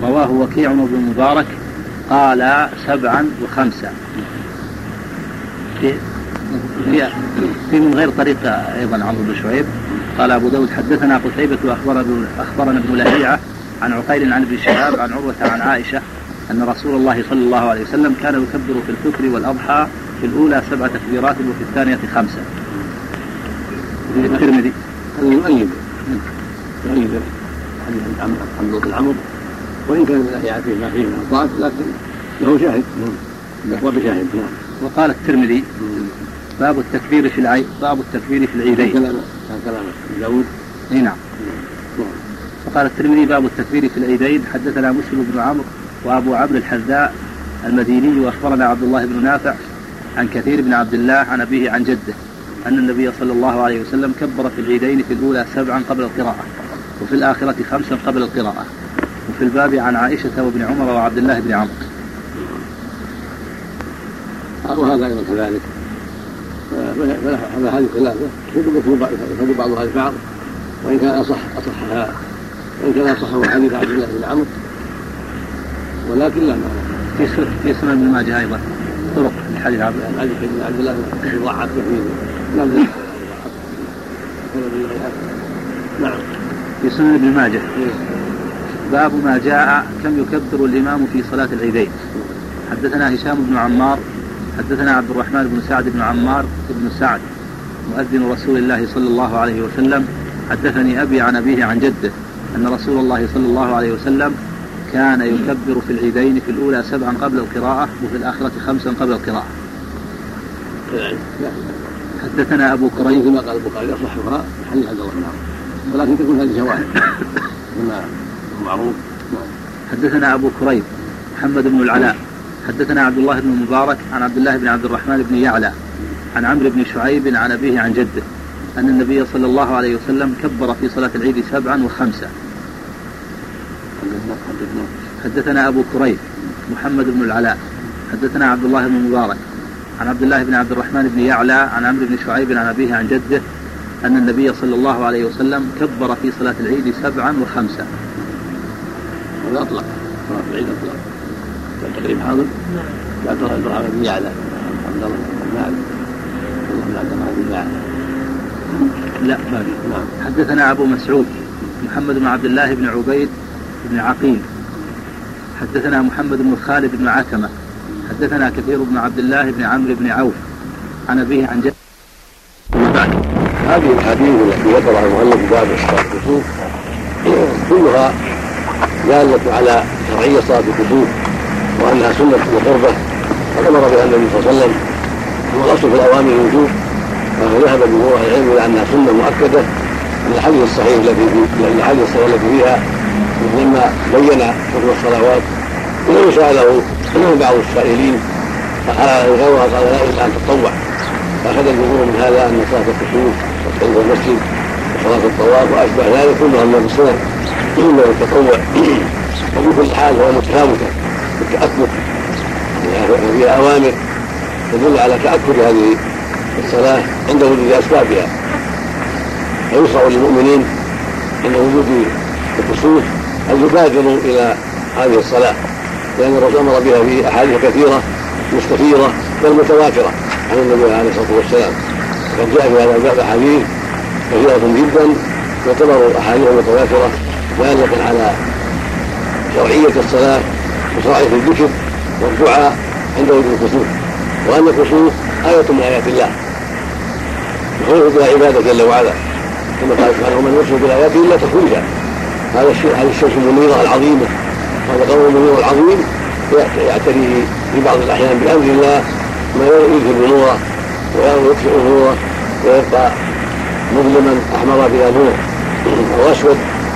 رواه وكيع بن المبارك قال 7 و5. في من غير طريق أيضا عمرو بن شعيب. قال أبو داود حدثنا قتيبة أخبرنا ابن لهيعة عن عقيل عن ابن شهاب عن عروة عن عائشة أن رسول الله صلى الله عليه وسلم كان يكبر في الفطر والأضحى في الأولى 7 تكبيرات وفي الثانية 5. في الترمذي يؤيد حديث عمرو بن عمرو وإن كان فيه ما فيه من الضعف لكن له شاهد يقوى بشاهد. وقال الترمذي باب التكبير في العيدين. كلام داود. نعم. وقال الترمذي باب التكبير في العيدين. حدثنا مسلم بن عمرو وأبو عمرو الحذاء المديني وأخبرنا عبد الله بن نافع عن كثير بن عبد الله عن أبيه عن جده أن النبي صلى الله عليه وسلم كبر في العيدين في الأولى 7 قبل القراءة وفي الآخرة 5 قبل القراءة. وفي الباب عن عائشة وابن عمر وعبد الله بن عمرو. وهذا أيضا كذلك. فهذا هذه خلافه يفرد بعضها البعض وإن كان أصحها وإن كان أصحه حديث عبد الله بن عمرو ولكن لا معنى في سنن ابن ماجه أيضا طرق الحديث عبد الله يضعف فيه. نعم. في سنن ابن ماجه باب ما جاء كم يكبر الإمام في صلاة العيدين. حدثنا هشام بن عمار حدثنا عبد الرحمن بن سعد بن عمار بن سعد مؤذن رسول الله صلى الله عليه وسلم حدثني أبي عن أبيه عن جده أن رسول الله صلى الله عليه وسلم كان يكبر في العيدين في الأولى 7 قبل القراءة وفي الآخرة 5 قبل القراءة. حدثنا أبو كريب كما قال البخاري أصحها حديث عبد الله بن عمرو ولكن تكون هذه شواهد كما معروف. حدثنا أبو كريب محمد بن العلاء حدثنا عبد الله بن المبارك عن عبد الله بن عبد الرحمن بن يعلى عن عمرو بن شعيب عن أبيه عن جده أن النبي صلى الله عليه وسلم كبر في صلاة العيد 7 و5. حدثنا أبو كريب محمد بن العلاء حدثنا عبد الله بن المبارك عن عبد الله بن عبد الرحمن بن يعلى عن عمرو بن شعيب عن أبيه عن جده أن النبي صلى الله عليه وسلم كبر في صلاة العيد 7 و5. هذا أطلق صلاة العيد أطلق تقريب حاضر لا ترى البرهان بن يعلى عبد الله بن عبد الرحمن بن يعلى لا ما في. حدثنا أبو مسعود محمد بن عبد الله بن عبيد بن عقيل حدثنا محمد بن خالد بن عتمة حدثنا كثير بن عبد الله بن عمرو بن عوف عن أبيه عن جده. هذه الحديث التي ذكرها المؤلف باب الكسوف كلها دالة على شرعية صلاة الكسوف وأنها سنة وقربة وأمر بها النبي صلى الله عليه وسلم والأصل في الأوامر الوجوب وذهب جمهور العلم إلى أنها سنة مؤكدة من الحديث الصحيح التي فيها لما بين حكم الصلوات ولو سأله بعض السائلين غيرها قال لا إلا أن تتطوع فأخذ الجمهور من هذا أن صلاة الكسوف وتطوع المسجد وصلاة الطواف وأشبه ذلك كلها من السنن إلا التطوع وفي كل حال هو متفاوتة بالتأكد يعني فيها أوامر تدل على تأكد هذه الصلاة عند وجود أسبابها فيشرع للمؤمنين عند وجود الكسوف أن يبادروا إلى هذه الصلاة لأن الرسول أمر بها في أحاديث كثيرة مستفيضة بل متواترة عن النبي عليه الصلاة والسلام وقد جاء في هذا الباب أحاديث كثيرة جدا تعتبر أحاديث متواترة دالة على شرعية الصلاة وشرعية الذكر والدعاء عند وجود الكسوف وأن الكسوف آية من آيات الله يخوف بها عبادة جل وعلا كما قال سبحانه ومن يخوف بالآيات إلا تخويفا. هذه الشمس المنيرة العظيمة هذا القمر المنير العظيم يعتريه في بعض الأحيان بأمر الله ما يذهب نوره ويطفئ نوره ويبقى مظلما أحمر بلا نور أو أسود.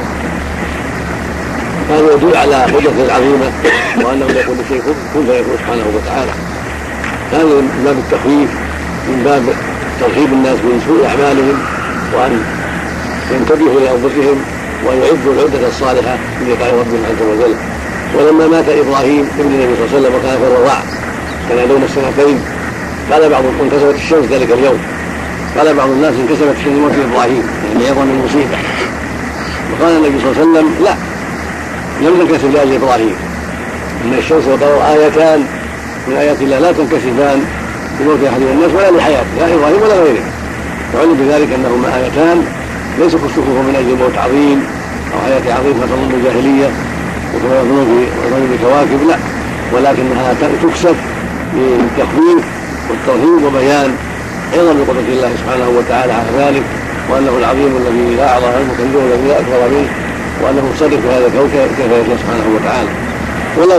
هذا يدل على قدرته العظيمة وأنه يقول شيء كن فيكون سبحانه وتعالى. هذا من باب التخويف من باب ترغيب الناس من سوء أعمالهم وأن ينتبهوا لأنفسهم وأن يعدوا العدة الصالحة بلقاء ربهم عز وجل. ولما مات إبراهيم ابن النبي صلى الله عليه وسلم وكان في الرضاع كان يدوم السنتين قال بعضهم انكسرت الشمس ذلك اليوم قال بعض الناس انكسرت الشمس موت إبراهيم يعني عظم المصيبة وقال النبي صلى الله عليه وسلم لا لم تنكسف لأجل إبراهيم، إن الشمس والقمر آيتان من آيات الله لا تنكسفان لموت أحد من الناس ولا لحياته، لا إبراهيم ولا غيره. وعلم بذلك أنهما آيتان ليس كسوفهما من أجل موت عظيم أو حياة عظيم كظن الجاهلية وكما يظنون في الكواكب، لا، ولكنها تكسف للتخويف والترهيب وبيان عظم قدرة الله سبحانه وتعالى على ذلك، وأنه العظيم الذي لا أعظم منه والكبير الذي لا أكبر منه، وأنه مصدق في هذا الكوكب كيف يشاء سبحانه وتعالى. ولو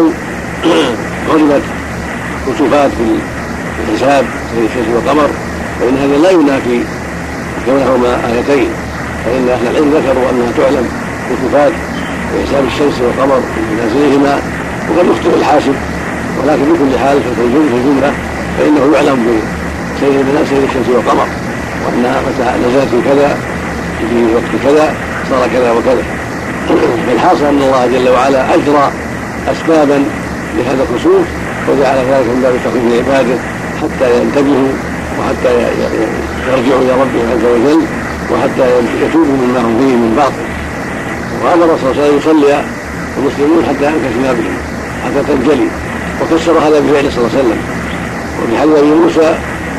علمت كسوفات في الحساب زي الشمس والقمر فإن هذا لا ينافي كونهما آيتين، فإن أهل العلم ذكروا أنها تعلم كسوفات في حساب الشمس والقمر بمنازلهما وقد يخطئ الحاسب، ولكن بكل حال في الجملة فإنه يعلم بسير الشمس والقمر، وأنها متى نزلت كذا في وقت كذا صار كذا وكذا. فالحاصل أن الله جل وعلا أجرى أسبابا لهذا الكسوف وجعل ذلك من باب تخفيف لعباده حتى ينتبهوا وحتى يرجعوا إلى ربهم عز وجل وحتى يتوبوا مما هم فيه من باطل. وأمر صلى الله عليه وسلم يصلي المسلمون حتى ينكشف بهم حتى تنجلي، وفسر هذا بفعله صلى الله عليه وسلم. وفي حديث أبي موسى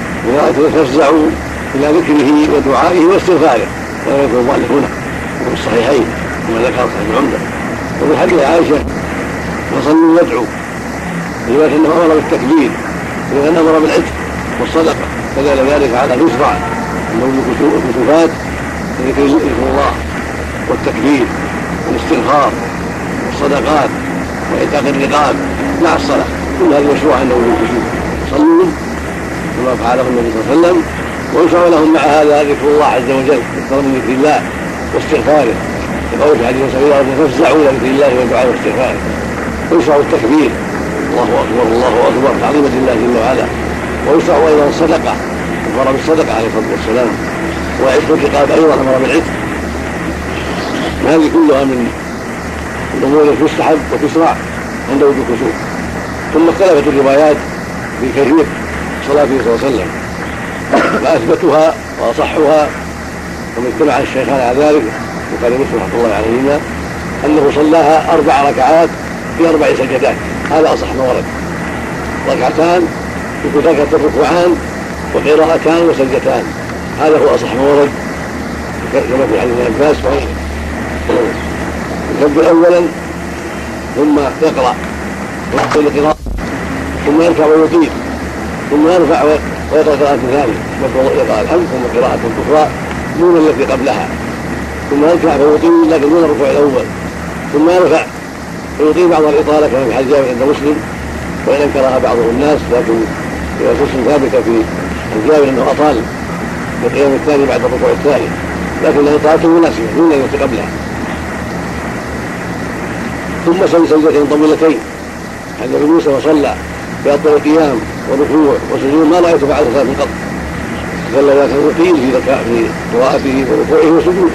فافزعوا إلى ذكره ودعائه واستغفاره، ولا يكون المؤلف هنا وفي الصحيحين كما ذكر صاحب العمدة. وفي حديث عائشة فصلوا وادعوا، رواية أنه أمر بالتكبير وأن أمر بالعتق والصدقة، فدل ذلك على أن يشرع أنه الكسوفات ذكر الله والتكبير والاستغفار والصدقات وإعتاق الرقاب مع الصلاة، كل هذا مشروع أنه الكسوف صلوا كما فعله النبي صلى الله عليه وسلم، ويشرع لهم مع هذا ذكر الله عز وجل أكثر من ذكر الله واستغفاره، يقول في حديث صحيح فافزعوا إلى ذكر الله والدعاء واستغفاره. ويشرع التكبير الله أكبر الله أكبر تعظيما لله جل وعلا، ويشرع أيضا الصدقة أمر بالصدقة عليه الصلاة والسلام، وعتق الرقاب أيضا أمر بالعتق. هذه كلها من الأمور التي تستحب وتشرع عند وجود الكسوف. ثم اختلفت الروايات في كيفية صلاته صلى الله عليه وسلم، فأثبتها وأصحها ومن اجتمع الشيخان على ذلك وكان مسلم رحمه الله عليهما أنه صلاها 4 ركعات في 4 سجدات، هذا أصح ما ورد، ركعتان يكون ركعة ركوعان وقراءتان وسجدتان، هذا هو أصح ما ورد كما في حديث ابن عباس وغيره. يكبر أولا ثم يقرأ ويحصل القراءة ثم يركع ويطيل ثم يرفع ويقرأ قراءة ثانية ويقرأ الحمد ثم قراءة أخرى دون التي قبلها، ثم يركع ويطيل لكن دون الركوع الأول، ثم يرفع ويطيل بعض الإطالة كما في حديث جابر عند مسلم وإن أنكرها بعض الناس، لكن رواية ثابتة في جابر أنه أطال في القيام الثاني بعد الركوع الثاني، لكن إطالته مناسبة دون التي قبلها. ثم سجدتين طويلتين عند ابي موسى وصلى بأطول قيام وركوع وسجود ما رأيت بعد صلاة من قبل، صلى ذاك الوقيل في قراءته وركوعه وسجوده.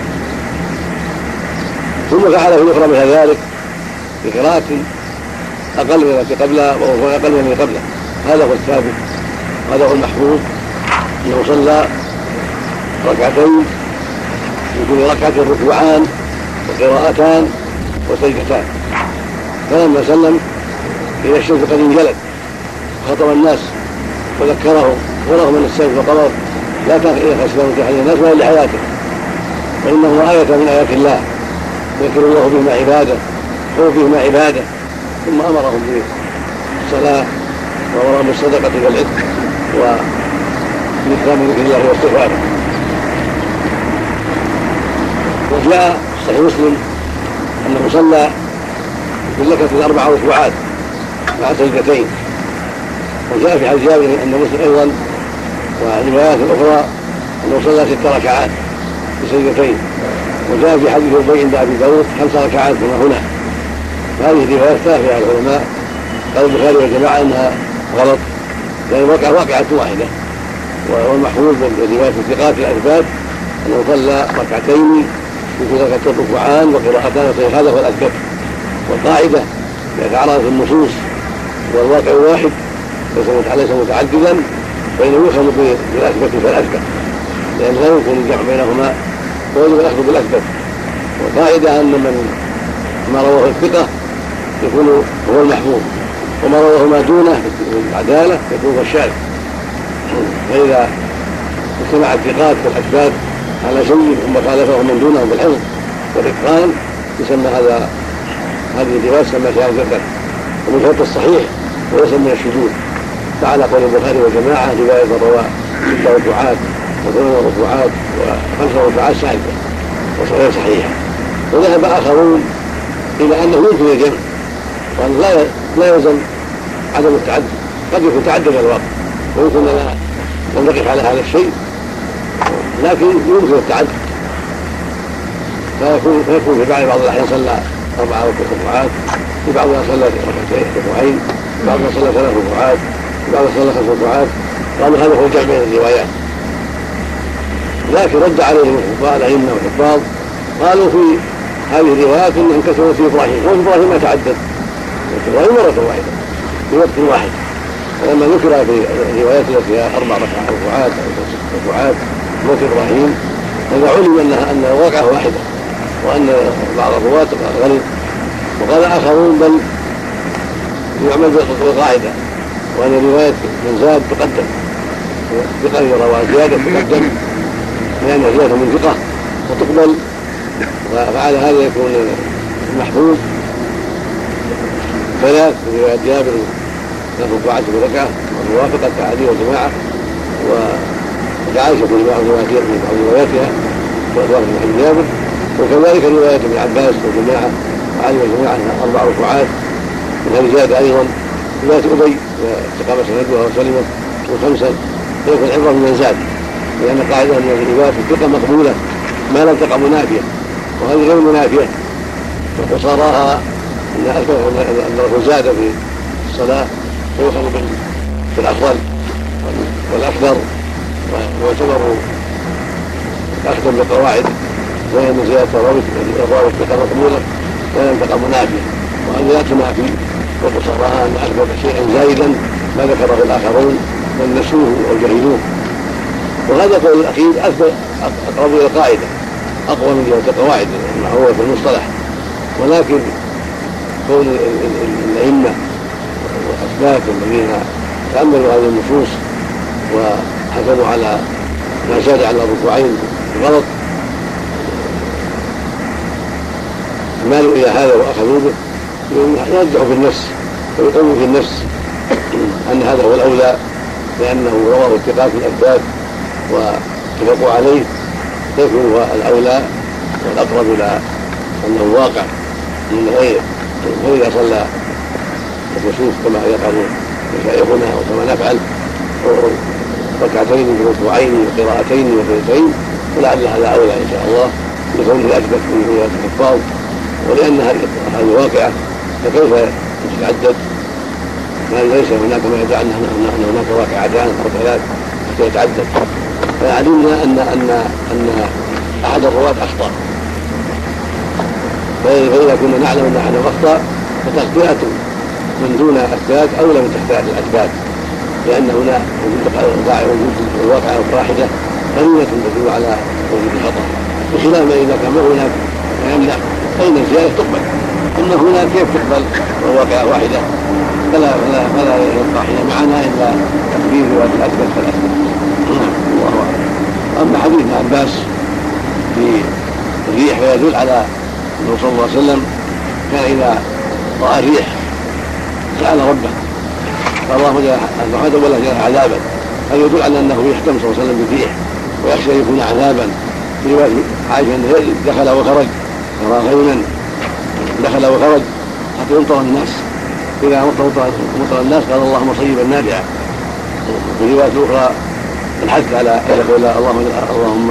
ثم فعل في الأخرى مثل ذلك بقراءة أقل من التي قبلها وركوع أقل من التي قبلها، هذا هو الثابت، هذا هو المحفوظ، أنه صلى ركعتين يكون ركعة ركوعان وقراءتان وسجدتان. فلما سلم إلى الشمس قد انجلت خطب الناس وذكرهم ورغم أن الشمس والقمر لا تخلف أسباب تحيي الناس ولا لحياته، فإنه آية من آيات الله يذكر الله بهما عباده هو بهما عباده. ثم أمرهم بالصلاة وأمرهم بالصدقة والعتق وبإكرام ذكر الله واستغفاره. وجاء صحيح مسلم أنه صلى في اللكة 4 ركوعات مع سجدتين، وجاء في حديث جابر أن مسلم أيضا وروايات أخرى أنه صلى 6 ركعات بسجدتين، وجاء في حديث أبي عند أبي داود 5 ركعات كما هنا. هذه الروايات ثابتة على العلماء، قال البخاري والجماعة أنها غلط لأن الواقعة واقعة واحدة، والمحفوظ من رواية الثقات الأثبات أنه صلى ركعتين يكون ركعتين ركوعان وقراءتان وسجدتان، هذا هو الأثبت. والقاعدة إذا تعرضت النصوص والواقع واحد ليس متعددا فإنه يؤخذ بالأثبت فالأثبت، لأن لا يمكن الجمع بينهما ويجب الأخذ بالأثبت. والقاعدة أن من ما رواه الثقة يكون هو المحفوظ، وما رواه ما دونه من العدالة يكون هو الشاذ. فإذا اجتمع الثقات والأثبات على شيء ثم خالفه من دونهم بالحفظ والإتقان يسمى هذه الرواية تسمى شاذة. ومن شرط الصحيح وليس من الشذوذ. فعلى قول البخاري وجماعة رواية الرواة 6 ركوعات و8 ركوعات و5 ركوعات شاذة وغير صحيحة. وذهب آخرون إلى أنه يمكن الجمع، وأن لا يلزم عدم التعدد، قد يكون تعدد الوقت ويمكن لم نقف على هذا الشيء، لكن يمكن التعدد. فيكون في بعض الأحيان صلى 4 ركوعات، في بعضها صلى ركوعين، في بعضها صلى 3 ركوعات، في بعضها صلى 5 ركوعات. قالوا هذا هو الجمع بين الروايات. لكن رد عليهم الأئمة والحفاظ قالوا في هذه الروايات انهم كثروا في ابراهيم، وابراهيم ما تعدد، ابراهيم مرة واحدة في وقت واحد. ولما ذكر في الروايات التي فيها 4 ركوعات او 6 ركوعات موت ابراهيم هذا علم ان الواقعة واحدة، وان بعض الرواة غلط. وقال اخرون بل يعمل بالقاعدة، وان رواية من زاد تقدم، ثقة روى زيادة تقدم لأن زيادة من ثقة وتقبل. وعلى هذا يكون المحفوظ 3 في رواية جابر 3 ركوعات بركعة والموافقة كعلي والجماعة، وكعائشة في بعض رواياتها وأدوار من جابر، وكذلك رواية ابن عباس والجماعة وعلي والجماعة 4 ركوعات من هذه زيادة أيضا. رواية أبي واستقامة سندها وسلمت وخمسا فيكون عبرة من زاد، لأن قاعدة أن الروايات الثقة مقبولة ما لم تقع منافية، وهذه غير منافية. وقصاراها أنه زاد في الصلاة ويؤخذ بالأفضل والأكثر، ويعتبر أكثر بالقواعد، وهي من زيادة الروابط الثقة مقبولة ولم تقع منافية، وهذه لا تنافي. وقصاراها أن أكبر شيئا زائدا ما ذكره الآخرون من نسوه أو جهلوه. وهذا قول الأخير أقرب إلى القاعدة، أقوى من جهة القواعد المعروفة في المصطلح. ولكن قول الأئمة والأثبات الذين تأملوا هذه النصوص وحكموا على ما زاد على الركوعين بغلط مالوا إلى هذا وأخذوا به، يرجعوا في النفس ويقوموا في النفس أن هذا هو الأولى، لأنه رواه الثقات الأثبات واتفقوا عليه، فيكون هو الأولى والأقرب إلى أنه واقع من غيره. وإذا صلى الكسوف كما يفعل مشايخنا وكما نفعل ركعتين بركوعين وقراءتين وثلثين فلعل هذا أولى إن شاء الله لكونه أثبت من رواية الحفاظ، ولأن هذه واقعة فكيف تتعدد ما ليس هناك ما يدعي أن هناك واقعتان أو 3 حتى يتعدد. فعلمنا أن أحد الرواة أخطأ، فإذا كنا نعلم أن أحد أخطأ فتخطئة من دون أثبات أولى من تخطئة الأثبات، لأن هنا وجود الواقعة واحدة قرينة تدل على وجود الخطأ، بخلاف ما إذا كان هناك ما يمنع فإن الزيادة تقبل. أما هنا كيف تقبل والواقعة واحدة؟ فلا يبقى حين معنا إلا تقدير رواية الأثبت فالأثبت. الله أعلم. أما حديث ابن عباس في الريح فيدل على أنه صلى الله عليه وسلم كان إذا رأى الريح سأل ربه فالله جل وعلا جل عذابا، هذا يدل على أنه يحتم صلى الله عليه وسلم بالريح ويخشى أن يكون عذابا. في رواية عائشة أنه دخل وخرج يرى غيما دخل وخرج حتى يمطر الناس، إذا مطر الناس قال اللهم صيبا نافعا. في رواية أخرى الحث على أن يقول اللهم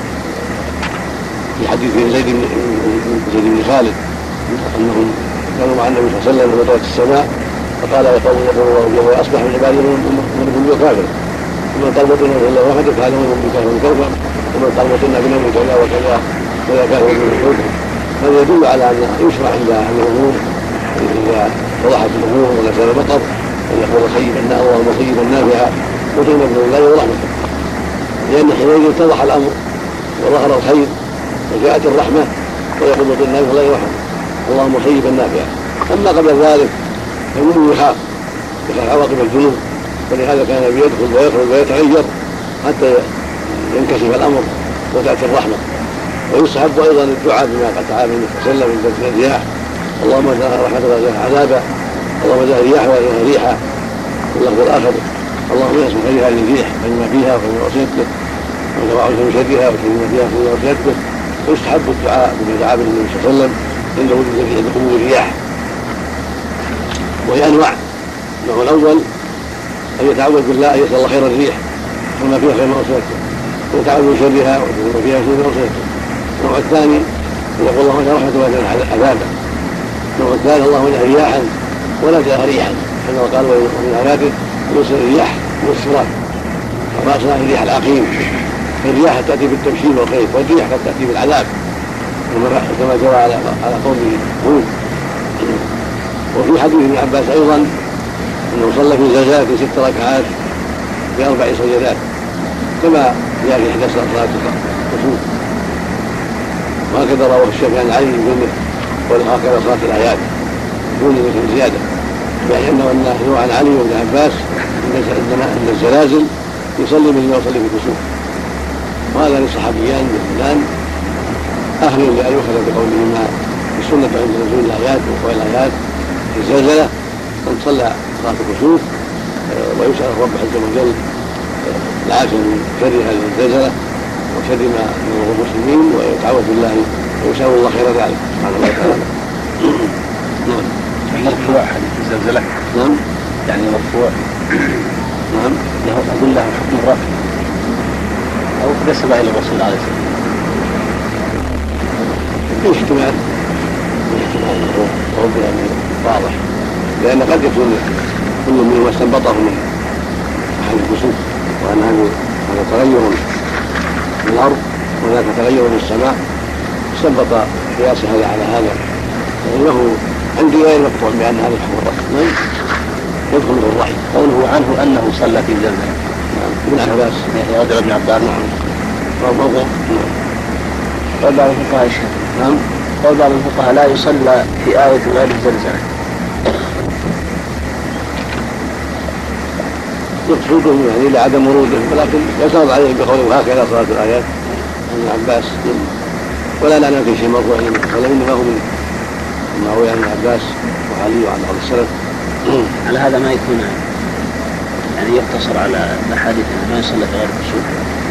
في حديث زيد بن خالد أنهم كانوا مع النبي صلى الله عليه وسلم ومطرت السماء فقال يا قوم يقول الله جل أصبح من عبادي من كافر، ومن طلبتنا إلا وحده فهذا من بكافر كوكب، ومن طلبتنا بنوم كذا وكذا فلا كافر من كوكب. هذا يدل على أن يشرع عند الأمور إذا وضحت الأمور ونزل المطر أن يقول اللهم صيبا نافعا وطينا من الله ورحمته، لأن حينئذ اتضح الأمر وظهر الخير وجاءت الرحمة ويقول طينا من الله ورحمته. اللهم صيبا نافعا. اما قبل ذلك فالمؤمن يخاف عواقب الذنوب، ولهذا كان يدخل ويخرج ويتغير حتى ينكشف الامر وتاتي الرحمه. ويستحب ايضا الدعاء بما قد تعالى النبي صلى الله عليه وسلم من الرياح، اللهم اجعلها رحمه ولا عذابا، اللهم اجعل الرياح ولا ريحا. واللفظ الاخر اللهم يسمح خيرها للريح فيما فيها وفيما وصيته، وتوعد من شرها وفيما فيها وفيما وصيته. ويستحب الدعاء بما دعا به النبي صلى الله عليه وسلم عند وجود قبول الرياح، وهي انواع. النوع الاول ان يتعوذ بالله ان يسال الله خير الريح وما فيها خير ما وصيته، ويتعوذ من شرها وما فيها شر ما وصيته. النوع الثاني ان يقول اللهم اجعل رحمه ولا عذابا. النوع الثالث اللهم اجعل رياحا ولا اجعل ريحا، كما قال ومن اياته يرسل الرياح والسرات وارسلنا الريح العقيم. الرياح تاتي بالتبشير والخير، والريح قد تاتي بالعذاب كما جرى على قوم هود. وفي حديث ابن عباس ايضا انه صلى في زلزال 6 ركعات ب4 سجدات كما جاء في احدى صلاه الكسوف. وهكذا رواه الشافعي عن علي بن وهكذا صلاه الايات دون زياده، يعني انه عن علي وابن عباس ان الزلازل يصلي مثل ما يصلي في الكسوف. وهذا للصحابيان جميلان اهل لان يؤخذ بقولهما في السنه عند نزول الايات ووقوع الايات في الزلزله ان تصلى صلاه الكسوف ويسال الرب عز وجل العافيه من شرها للزلزله وشر ما يمر المسلمين، ويتعوذ بالله ويسال الله خير ذلك سبحانه وتعالى. نعم. مرفوع حديث الزلزله. نعم. يعني مرفوع. نعم. له اقول له حكم الرفع او نسبه الى الرسول عليه الصلاه والسلام. في احتمال يعني واضح، لان قد يكون كل منهما استنبطه من احد الكسوف، وان هذا تغير في الارض وهناك تغير في السماء، استنبط قياس هذا على هذا، فانه عندي غير مقطوع بان هذا الحكم الرفع يدخل في الرحم. قوله عنه انه صلى في زلزال. نعم. ابن عباس. يعني رجل ابن عباس. نعم. موضوع. قال بعض الفقهاء نعم. قال بعض الفقهاء لا يصلى في آية غير الزلزال. يقصدهم يعني الى عدم وروده، ولكن يسرد عليه بقوله هكذا صلاه الايات ابن عباس، ولا نعلم في شيء مرفوع عنه، انما هو ما هو عن عباس وعلي وعن بعض السلف. على هذا ما يكون يعني يقتصر على الاحاديث ما يصلى في غير الكسوف.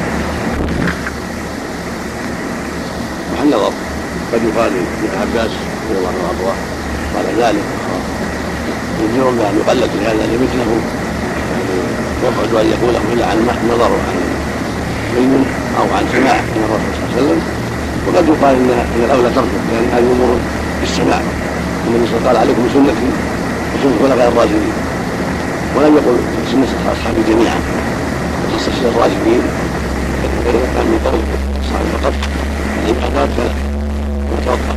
محل نظر، قد يقال ابن عباس رضي الله عنه وارضاه قال ذلك، يجرون بان يقلد في هذا لمثله يبعد ان يقوله الا عن نظر وعن علم او عن سماع من الرسول صلى الله عليه وسلم. وقد يقال ان الاولى تركه، لان هذه امور بالسماع. النبي صلى الله عليه وسلم قال عليكم بسنتي وسنه الخلفاء الراشدين، ولم يقل سنه اصحابي جميعا، وخصص الراشدين فاذا كان من قول الصحابه فقط العبادات فلا متوقع.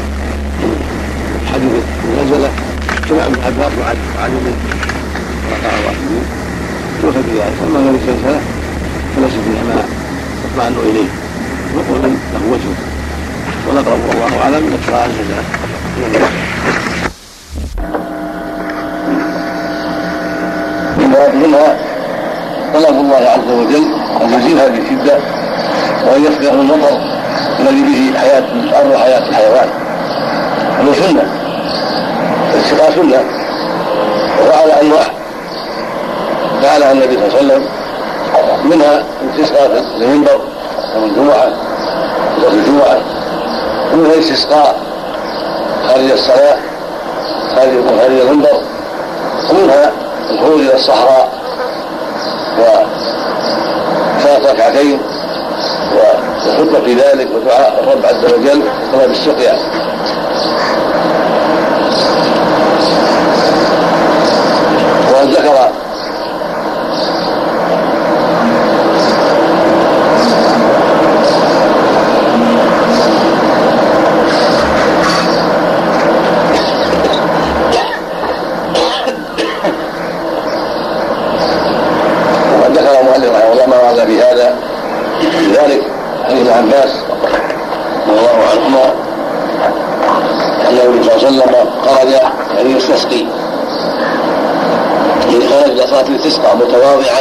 حديث نزل سمع ابن عباس وعلي من رقع الراشدين يؤخذ بذلك. اما غير السلسله فليس فيها ما يطمئن اليه، نقول له وجه، ونقرب والله اعلم نقرا عن منها طلب الله عز وجل ان يزيل هذه الشده وان يصبح المطر الذي به حياه الارض وحياه الحيوان. هذا سنه، السقاء سنه، وعلى انواع فعلها النبي صلى الله عليه وسلم، منها الاستسقاء في المنبر يوم الجمعه وفي الجمعه، ومنها الاستسقاء خارج الصلاه خارج المنبر، ومنها الخروج الى الصحراء وصلاه ركعتين والخطبه في ذلك ودعاء الرب عز وجل وطلب السقيا. وقد ذكر المؤلف رحمه الله ما ورد في هذا، لذلك حديث ابن عباس رضي الله عنهما ان النبي صلى الله عليه وسلم خرج يعني يستسقي، يعني خرج إلى صلاة الاستسقاء متواضعا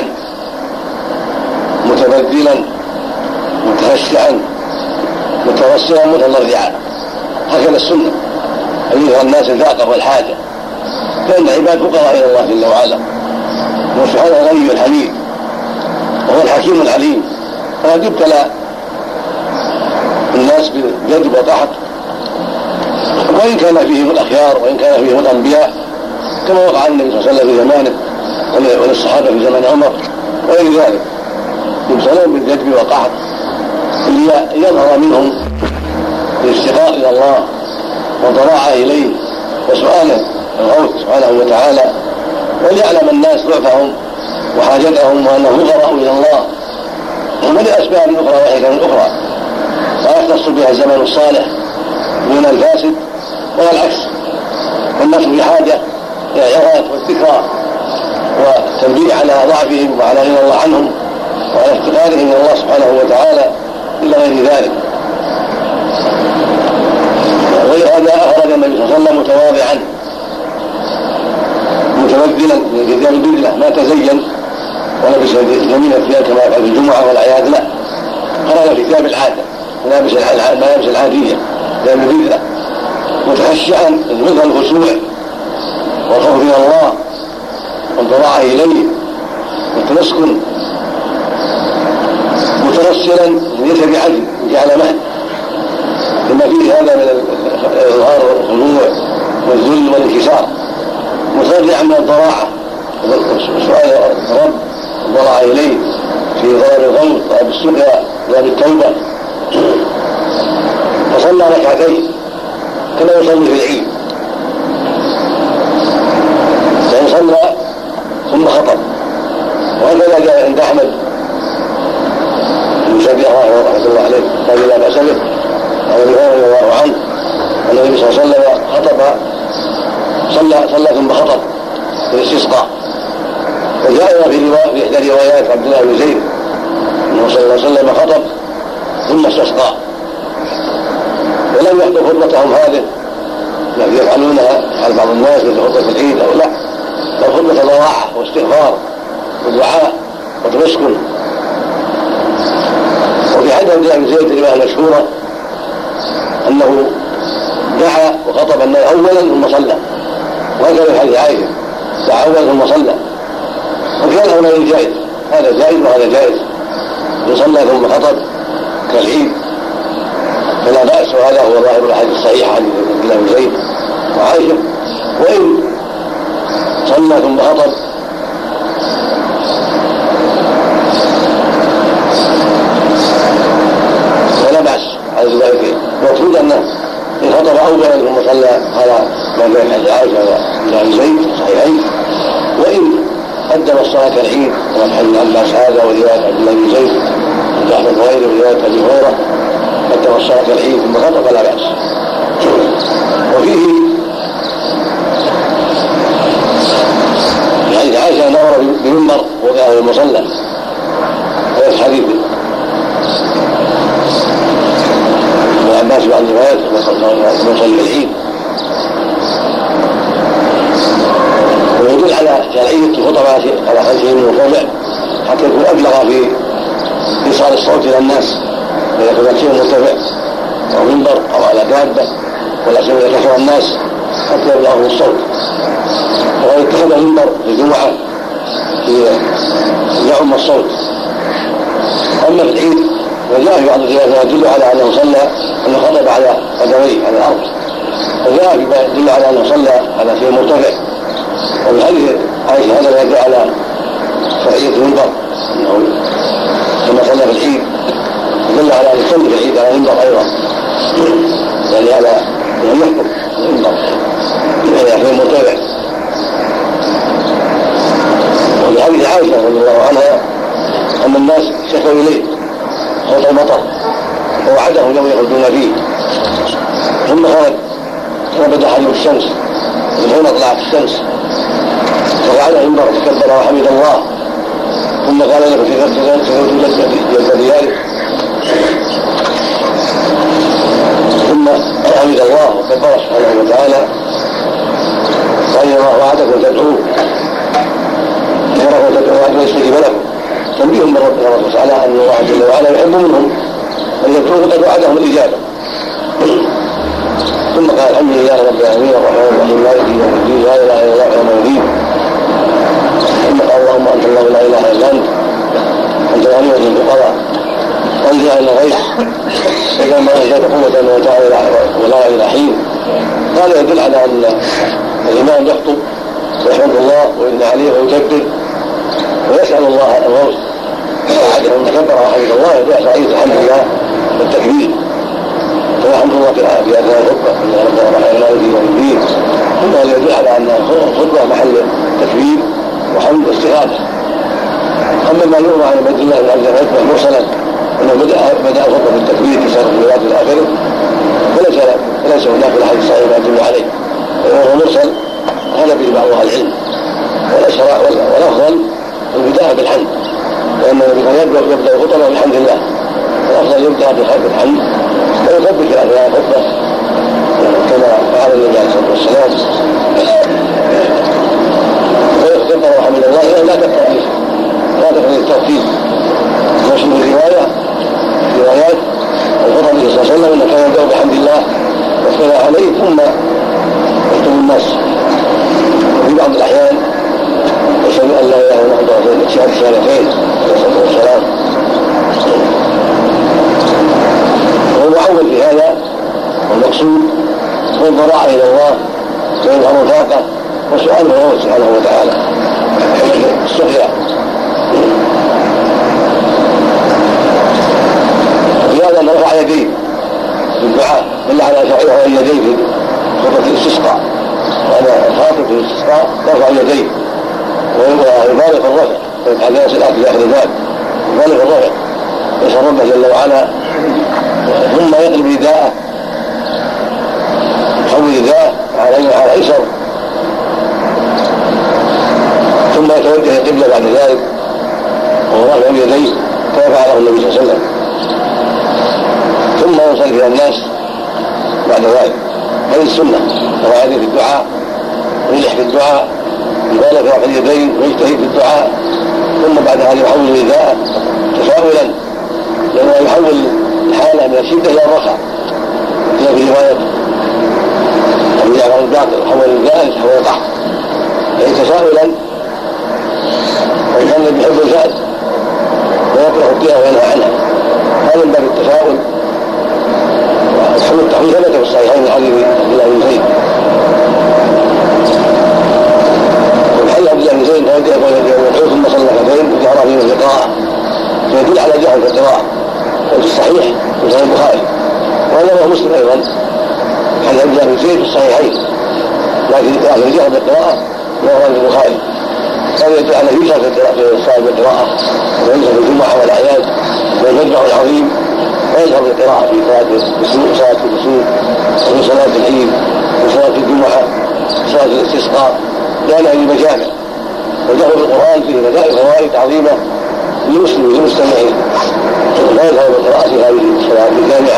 متبذلا متخشعا متوسلا متضرعا، هكذا السنة أيها الناس الفاقة والحاجة، فإن العباد فقراء إلى الله جل وعلا، وسبحانه الغني الحميد وهو الحكيم العليم. فقد ابتلى الناس بالجد والقحط، وإن كان فيهم الأخيار وإن كان فيهم الأنبياء، كما وقع النبي صلى الله عليه وسلم في زمانه وللصحابة في زمن عمر وغير ذلك، يبتلون بالجد والقحط ليظهر منهم الاستقاء إلى الله والضراعة إليه وسؤاله الغوث سبحانه وتعالى، وليعلم الناس ضعفهم وحاجتهم وأنهم فقراء إلى الله ولأسباب أخرى وحكم أخرى لا يختص بها الزمن الصالح دون الفاسد والعكس، والناس بحاجة إلى العظات والذكرى والتنبيه على ضعفهم وعلى غنى الله عنهم وعلى افتقارهم إلى الله سبحانه وتعالى إلى غير ذلك. ولهذا أخرج النبي صلى الله عليه وسلم متواضعا متبذلا من كتاب البذلة، ما تزين ولبس جميل الثياب كما يفعل في الجمعة والأعياد، لا، خرج في ثياب العادة ملابس العادية ثياب البذلة متخشعا مثل الخشوع والخوف من الله والضراعة إليه والتمسكن مترسلا ليس بعدل جعل مهد، لما فيه هذا من إظهار الخضوع والذل والانكسار، متضرعا من الضراعة وسؤال الرب الضراعة إليه في ضرب الغوث ضرب السقيا ضرب التوبة. فصلى ركعتين كما يصلي في العيد، يعني صلى ثم خطب، وهكذا جاء عند أحمد بن شبيح رحمه الله عليه قال لا بأس به عن ابي هريرة رضي الله عنه أن النبي صلى الله عليه وسلم خطب صلى ثم خطب في الاستسقاء، وجاء في إحدى روايات عبد الله بن زيد أنه صلى الله عليه وسلم خطب ثم استسقى، ولم يخطب خطبتهم هذه التي يفعلونها على بعض الناس مثل خطبة العيد أو لا، بل خطبة ضراعة واستغفار ودعاء وتمسكن. وفي حديث عبد الله بن زيد الرواية المشهورة أنه دعا وخطب الناس أولا ثم صلى، وهكذا في حديث عائشة دعا أولا ثم صلى، وكان هنا جائز، هذا جائز وهذا جائز، يصلى ثم خطب كالعيد فلا بأس، وهذا هو ظاهر الأحاديث الصحيحة عن عبد الله بن زيد وعائشة. وإن صلى ثم خطب فلا بأس على ذلك، المقصود أنه إن خطب أولا ثم صلى على ما جاء حديث عائشة وعبد الله بن زيد صحيحين، وإن قدم الصلاة كالعيد كما حديث عباس هذا ورواية عبد الله بن زيد عند أحمد وغيره ورواية أبي هريرة قدم الصلاة كالعيد ثم خطب فلا بأس. وفيه يعني عائشة نظر بمنبر وضعه المصلى، هذا الحديث ابن عباس بعض الروايات يصلي العيد، ويدل على العيد الخطبة على خلفه من الوضع حتى يكون أبلغ في إيصال الصوت إلى الناس، إذا كان شيء مرتفع أو منبر أو على دابة ولا شيء إذا كثر الناس حتى يبلغه الصوت. وقد اتخذ المنبر في الجمعة يعم الصوت. أما في العيد وجاء في بعض الروايات يدل على أنه صلى أنه خطب على قدميه على الأرض، وجاء فيما يدل على أنه صلى على شيء مرتفع. وفي حديث عائشة هذا يدل على شرعية المنبر أنه كما صلى في العيد يدل على أن يصلي في العيد على المنبر أيضا، يعني على أن يحكم المنبر إذا كان مرتفع. وفي حديث عائشة رضي الله عنها أن الناس شكوا إليه صوت المطر ووعدهم يوم يخرجون فيه، ثم خرج فبدا حليب الشمس من هنا طلعت الشمس فقعد المنبر فكبر وحمد الله، ثم قال له شكوت جلد ذلك، ثم حمد الله وكبر سبحانه وتعالى وإن الله وعدكم تدعوه يراكم تدعوه ويستجيب لكم تنبيه من ربنا تعالى أن الله جل وعلا يحب منهم أن يدعوه قد وعدهم الإجابة. ثم قال الحمد لله رب العالمين الرحمن الرحيم مالك يوم الدين لا إله إلا الله يوم الدين. ثم قال اللهم أنت الله لا إله إلا أنت الغني الفقراء وانزل على الغيث إذا ما أنزلت قوة ولا إلى حين. هذا يدل على أن الإمام يخطب ويحمد الله ويثني عليه ويكبر ويسأل الله الغوث وأحدهم كبر وحمد الله يدعى سعيد الحمد لله والتكبير فالحمد لله في أثناء الخطبة أن ربنا رحمه الله يوم الدين. ثم هذا يدل على أن الخطبة محل تكبير وحمد واستغاثة. أما ما يروى عن عبد الله بن عبد الرحمن مرسلا أنه بدأ الخطبة بالتكبير في سنة الولاة إلى آخره فليس هناك الحديث الصحيح ما يدل عليه وهو مرسل هذا به بعض أهل العلم. والأفضل البداية بالحمد لأن النبي يبدأ الخطبة بالحمد لله والأفضل يبدأ بالحمد ويكبر في أثناء الخطبة كما فعل النبي عليه الصلاة والسلام ويكبر وحمد الله لا تقتضي الترتيب. مشهور روايات الخطب النبي صلى الله عليه وسلم انه كان يبدأ بحمد الله والثناء عليه ثم يكتب الناس. وفي بعض الاحيان يشهد ان لا اله الا الله شهادة الشهادتين عليه الصلاه والسلام. وهو معول في هذا والمقصود هو الضراعه الى الله ويظهر الفاقه وسؤاله الله سبحانه وتعالى السخرة. وفي هذا ان رفع يديه في الدعاء دل على شرعه اليدين في خطبة الاستسقاء وأنا الخاطب في الاستسقاء رفع يديه ويبالغ الرفع ويتحدث الأكل في آخر ذلك يبالغ الرفع يسأل ربه جل وعلا ثم يقلب رداءه يحول رداءه على أيسر ثم يتوجه القبلة بعد ذلك وهو رافع يديه كما فعله النبي صلى الله عليه وسلم ثم يصلي الى الناس بعد ذلك. هذه السنه رفع يديه في الدعاء ويلح في الدعاء يبالغ في رفع اليدين ويجتهد في الدعاء ثم بعد هذا يحول رداءه تفاؤلا لانه يحول الحاله من الشده الى الرخاء كما في روايه ابي جعفر الباقر يحول رداءه يتحول تحت يعني تفاؤلا وإن كان الذي يحب الفأس ويكره الطيرة وينهى عنها هذا من باب التفاؤل. وحلو التحويل ثبت في الصحيحين من حديث عبد الله بن زيد والحديث عبد الله بن زيد يدعو ثم صلى ركعتين وجهر فيه القراءة فيدل على جهر في القراءة وفي الصحيح في صحيح البخاري وهذا هو مسلم أيضا حديث عبد الله بن زيد في الصحيحين لكن جهر بالقراءة وهو في البخاري هذا يدل على يسر في الصلاة بالقراءة ويسر في الجمعة والأعياد والمجمع العظيم ويظهر بالقراءة في صلاة الكسوف وفي صلاة العيد وصلاة الجمعة وصلاة الاستسقاء لأن هذه مجامع وجهر القرآن فيه فوائد عظيمة للمسلم للمستمعين لا يظهر بالقراءة في هذه الصلاة الجامعة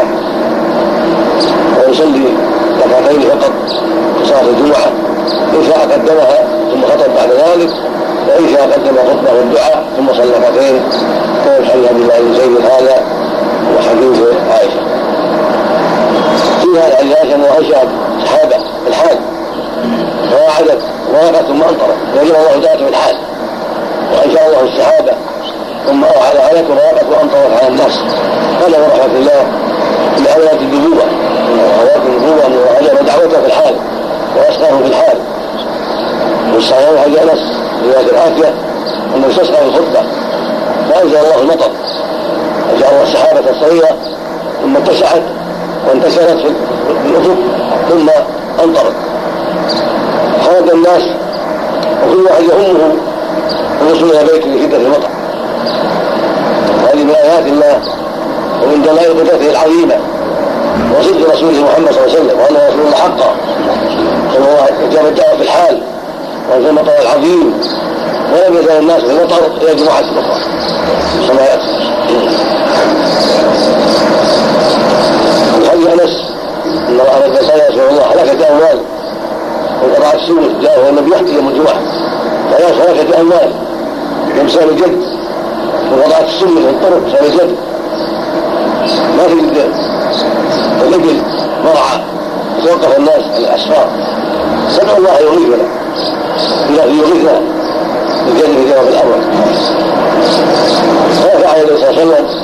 ويصلي ركعتين فقط في صلاة الجمعة إن شاء قدمها ثم خطب بعد ذلك وإن شاء قدم خطبه والدعاء ثم صلى ركعتين كما في حديث عبد الله بن زيد هذا وحديث عائشة. فيها عائشة أنه أنشأ سحابة الحال فواعدت ووقعت ثم أمطرت وجعل الله ذاته في الحال وأنشأ الله السحابة ثم أوحى عليك ووقعت وأمطرت على الناس. هذا من رحمة الله لآيات النبوة وآيات النبوة أنه أجاب دعوته في الحال وأسقاه في الحال. والصحيح حديث أنس رواية الآتية أنه استسقى الخطبة فأنزل الله المطر وجعل الله سحابة صغيرة ثم اتسعت وانتشرت في الأفق ثم أمطرت خرج الناس وكل واحد يهمه الوصول إلى بيته من شدة المطر. هذه من آيات الله ومن دلائل قدرته العظيمة وصدق رسوله محمد صلى الله عليه وسلم وأنه رسول الله حقا كما جاء الدعوة في الحال وفي المطر العظيم ولم يزال الناس في المطر إلى جمعة أخرى كما يأتي. حديث أنس ان أرد قال يا رسول الله هلكت اموال وقطعت السبل، جاءه النبي يحكي يوم الجمعه قال هلكت اموال يمسال الجد وقطعت السبل في الطرق سال الجد، ما في الابل مرعى يتوقف الناس على الاسفار، سمع الله يغيثنا اذا يغيثنا الجد في جواب الامر. فرفع النبي صلى الله عليه وسلم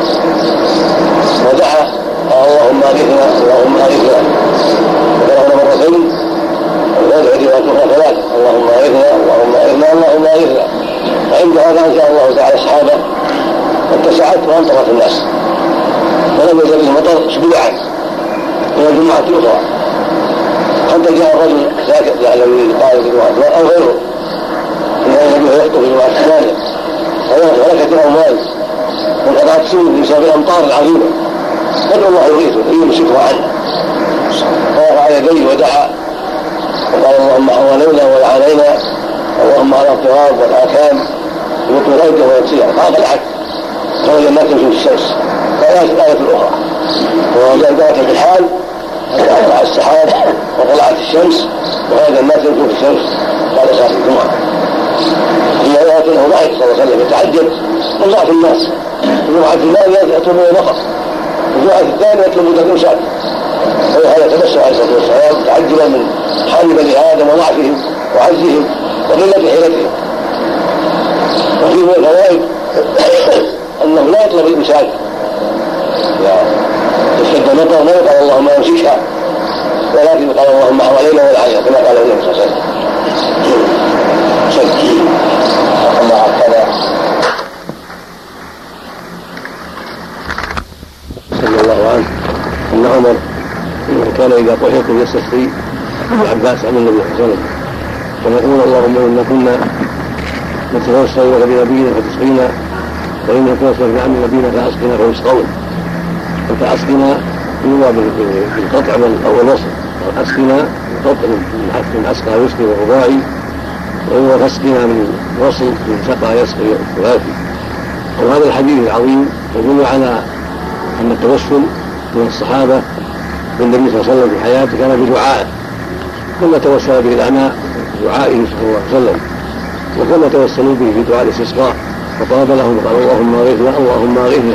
ودعا اللهم اغثنا اللهم اغثنا، وقرأنا مرتين وذلك روايتها ثلاث اللهم اغثنا اللهم اغثنا اللهم اغثنا. وعند هذا انزل الله تعالى الصحابه واتسعت وامطرت الناس ولم يزل المطر اسبوعا الى الجمعه الاخرى حتى جاء الرجل ساكت لعله يريد قائد الجمعه او غيره ان النبي يخطب في الجمعه الثانيه هلكت الاموال وانقطعت السبل بسبب الامطار العظيمه، فادعو الله يغيثه يمسكها عنه. فرفع يديه ودعا وقال اللهم حوالينا وعلينا اللهم على التراب والاكام يطوي ريده ويكسيها قال العك خرج الناس في الشمس. فآيات الآية الأخرى وجاء ذلك في الحال طلع السحاب وطلعت الشمس وخرج الناس في الشمس بعد صلاة الجمعة. في آيات أنه ضحك صلى الله عليه وسلم يتعجب من ضعف الناس. الجمعة الثانية يطلبون نفر، الجمعة الثانية يطلبون تدوسات، ولهذا تبسم عليه الصلاة والسلام متعجبا من حال بني آدم وضعفهم وعجزهم وقلة حيلتهم. وفي من الفوائد أنه لا يطلب الإمساك اشتد المطر لا يقال اللهم امسكها ولكن يقال اللهم حوالينا والعلينا كما قال النبي صلى الله عليه وسلم. الله هكذا صلى الله عنه ان عمر كان اذا طهرت يستسقي العباس عن النبي صلى الله عليه وسلم ويقول اللهم انا كنا نتوسل لك بنبينا فتسقينا وإن نتوسل بعم نبينا فاسقنا فيسقون. فأسقنا يروى بالقطع والوصل، أسقنا بالقطع من أسقى يسقي والرباعي، وهو فاسقنا من وصل من سقى يسقي الثلاثي. وهذا الحديث العظيم يدل على أن التوسل من الصحابة بالنبي صلى الله عليه وسلم في حياته كان بدعائه، كما توسل به الأعمى بدعائه صلى الله عليه وسلم، وكما توسلوا به في دعاء الاستسقاء فطلب لهم قال اللهم اغثنا اللهم اغثنا.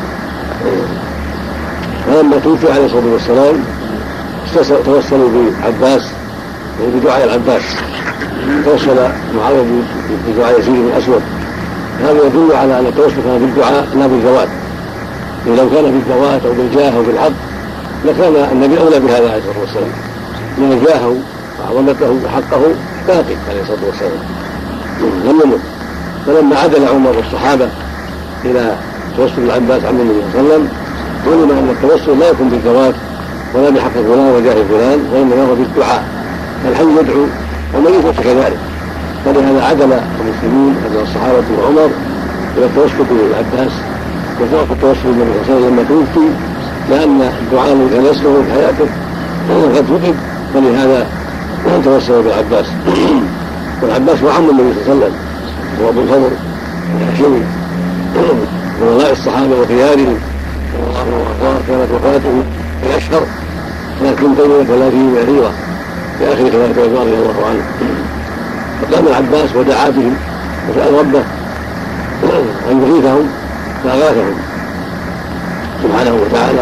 فلما توفي عليه الصلاه والسلام توسلوا بعباس بدعاء العباس، توسل معاويه بدعاء يزيد بن الاسود. هذا يدل على ان التوسل كان بالدعاء لا بالزواج، لو كان بالزواج او بالجاه او بالحق لكان النبي اولى بهذا عليه الصلاه والسلام، لان جاهه وعظمته وحقه باقي عليه الصلاه والسلام لم يمت. فلما عدل عمر والصحابه الى توسل العباس عن النبي صلى الله عليه وسلم علم ان التوسل لا يكون بالزواج ولا بحق فلان وجاه فلان، وانما هو بالدعاء، فالحي يدعو والميت كذلك. فلهذا عدل المسلمين عدل الصحابه وعمر الى التوسل بالعباس وترك التوسل بالنبي صلى الله عليه وسلم لما توفي، لان الدعاء الذي كان يسمعه في حياته قد فقد، فلهذا توسل بالعباس. والعباس هو عم النبي صلى الله عليه وسلم وابو الفضل الهاشمي من ولاء الصحابه وخيارهم، كانت وفاته في اشهر سنه 32 هجريه في اخر خلافه عمر رضي الله عنه. فقام العباس ودعا بهم وسال ربه ان يغيثهم فاغاثهم سبحانه وتعالى.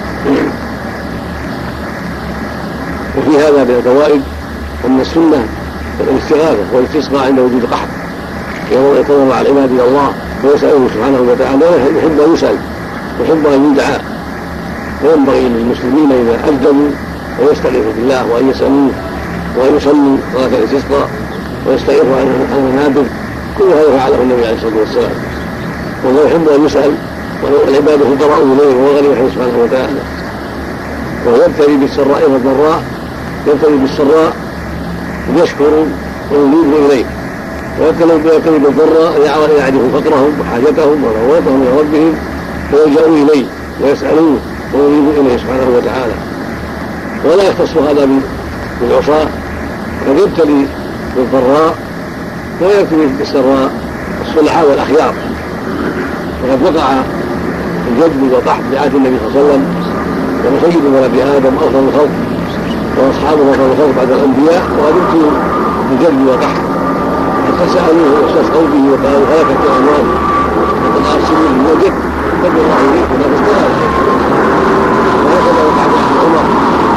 وفي هذا من الفوائد ان السنه الاستغاثه والاستسقاء عند وجود قحط، يوم يتضرع العباد الى الله ويساله سبحانه وتعالى يحب ان يسال ويحب ان يدعى. وينبغي للمسلمين اذا اجدموا ان يستغيثوا بالله وان يسالوه وان يصلوا صلاه الاستسقاء ويستغيثوا عن المنابر، كل هذا فعله النبي عليه الصلاه والسلام. والله يحب ان يسال والعباد فقراء اليه وهو غني سبحانه وتعالى. وهو يبتلي بالسراء والضراء، يبتلي بالسراء يشكر وينيب اليه، ويبتلي بالضراء يعرف فقرهم وحاجتهم وضرورتهم الى ربهم فيلجأوا اليه ويسألوه وينيبوا اليه سبحانه وتعالى. ولا يختص هذا بالعصاة، قد يبتلي بالضراء ويبتلي بالسراء الصلحاء والاخيار. وقد وقع الجد والقحط في عهد النبي صلى الله عليه وسلم كان سيد ولد ادم افضل الخلق واصحابه افضل الخلق بعد الانبياء وقدمت بجد وقحط حتى سالوه واستسقوا به وقالوا هلكت الاموال وقد ارسلوا من وجد فضل الله اليك ولا تستطيع وهكذا وقع في عمر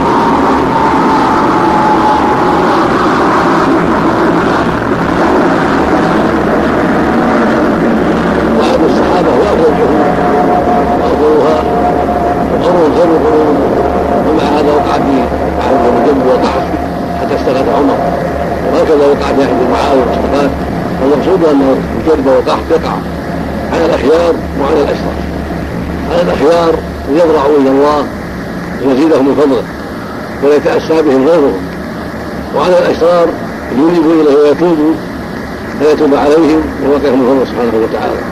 وعد الصحابه وافضل الجهود وافضلها وقرون خير القرون ومع هذا وقع في عهد الجد وقحط حتى استغاث عمر وهكذا وقع في عهد معاويه واستغاث والمقصود انه الجد وقحط يقع على الاخيار وعلى الاشرار. على الاخيار يضرعوا الى الله ليزيدهم من فضله ولا يتاسى بهم غيرهم، وعلى الاشرار ينيبوا اليه ويتوبوا فيتوب عليهم ويوقعهم من فضله سبحانه وتعالى.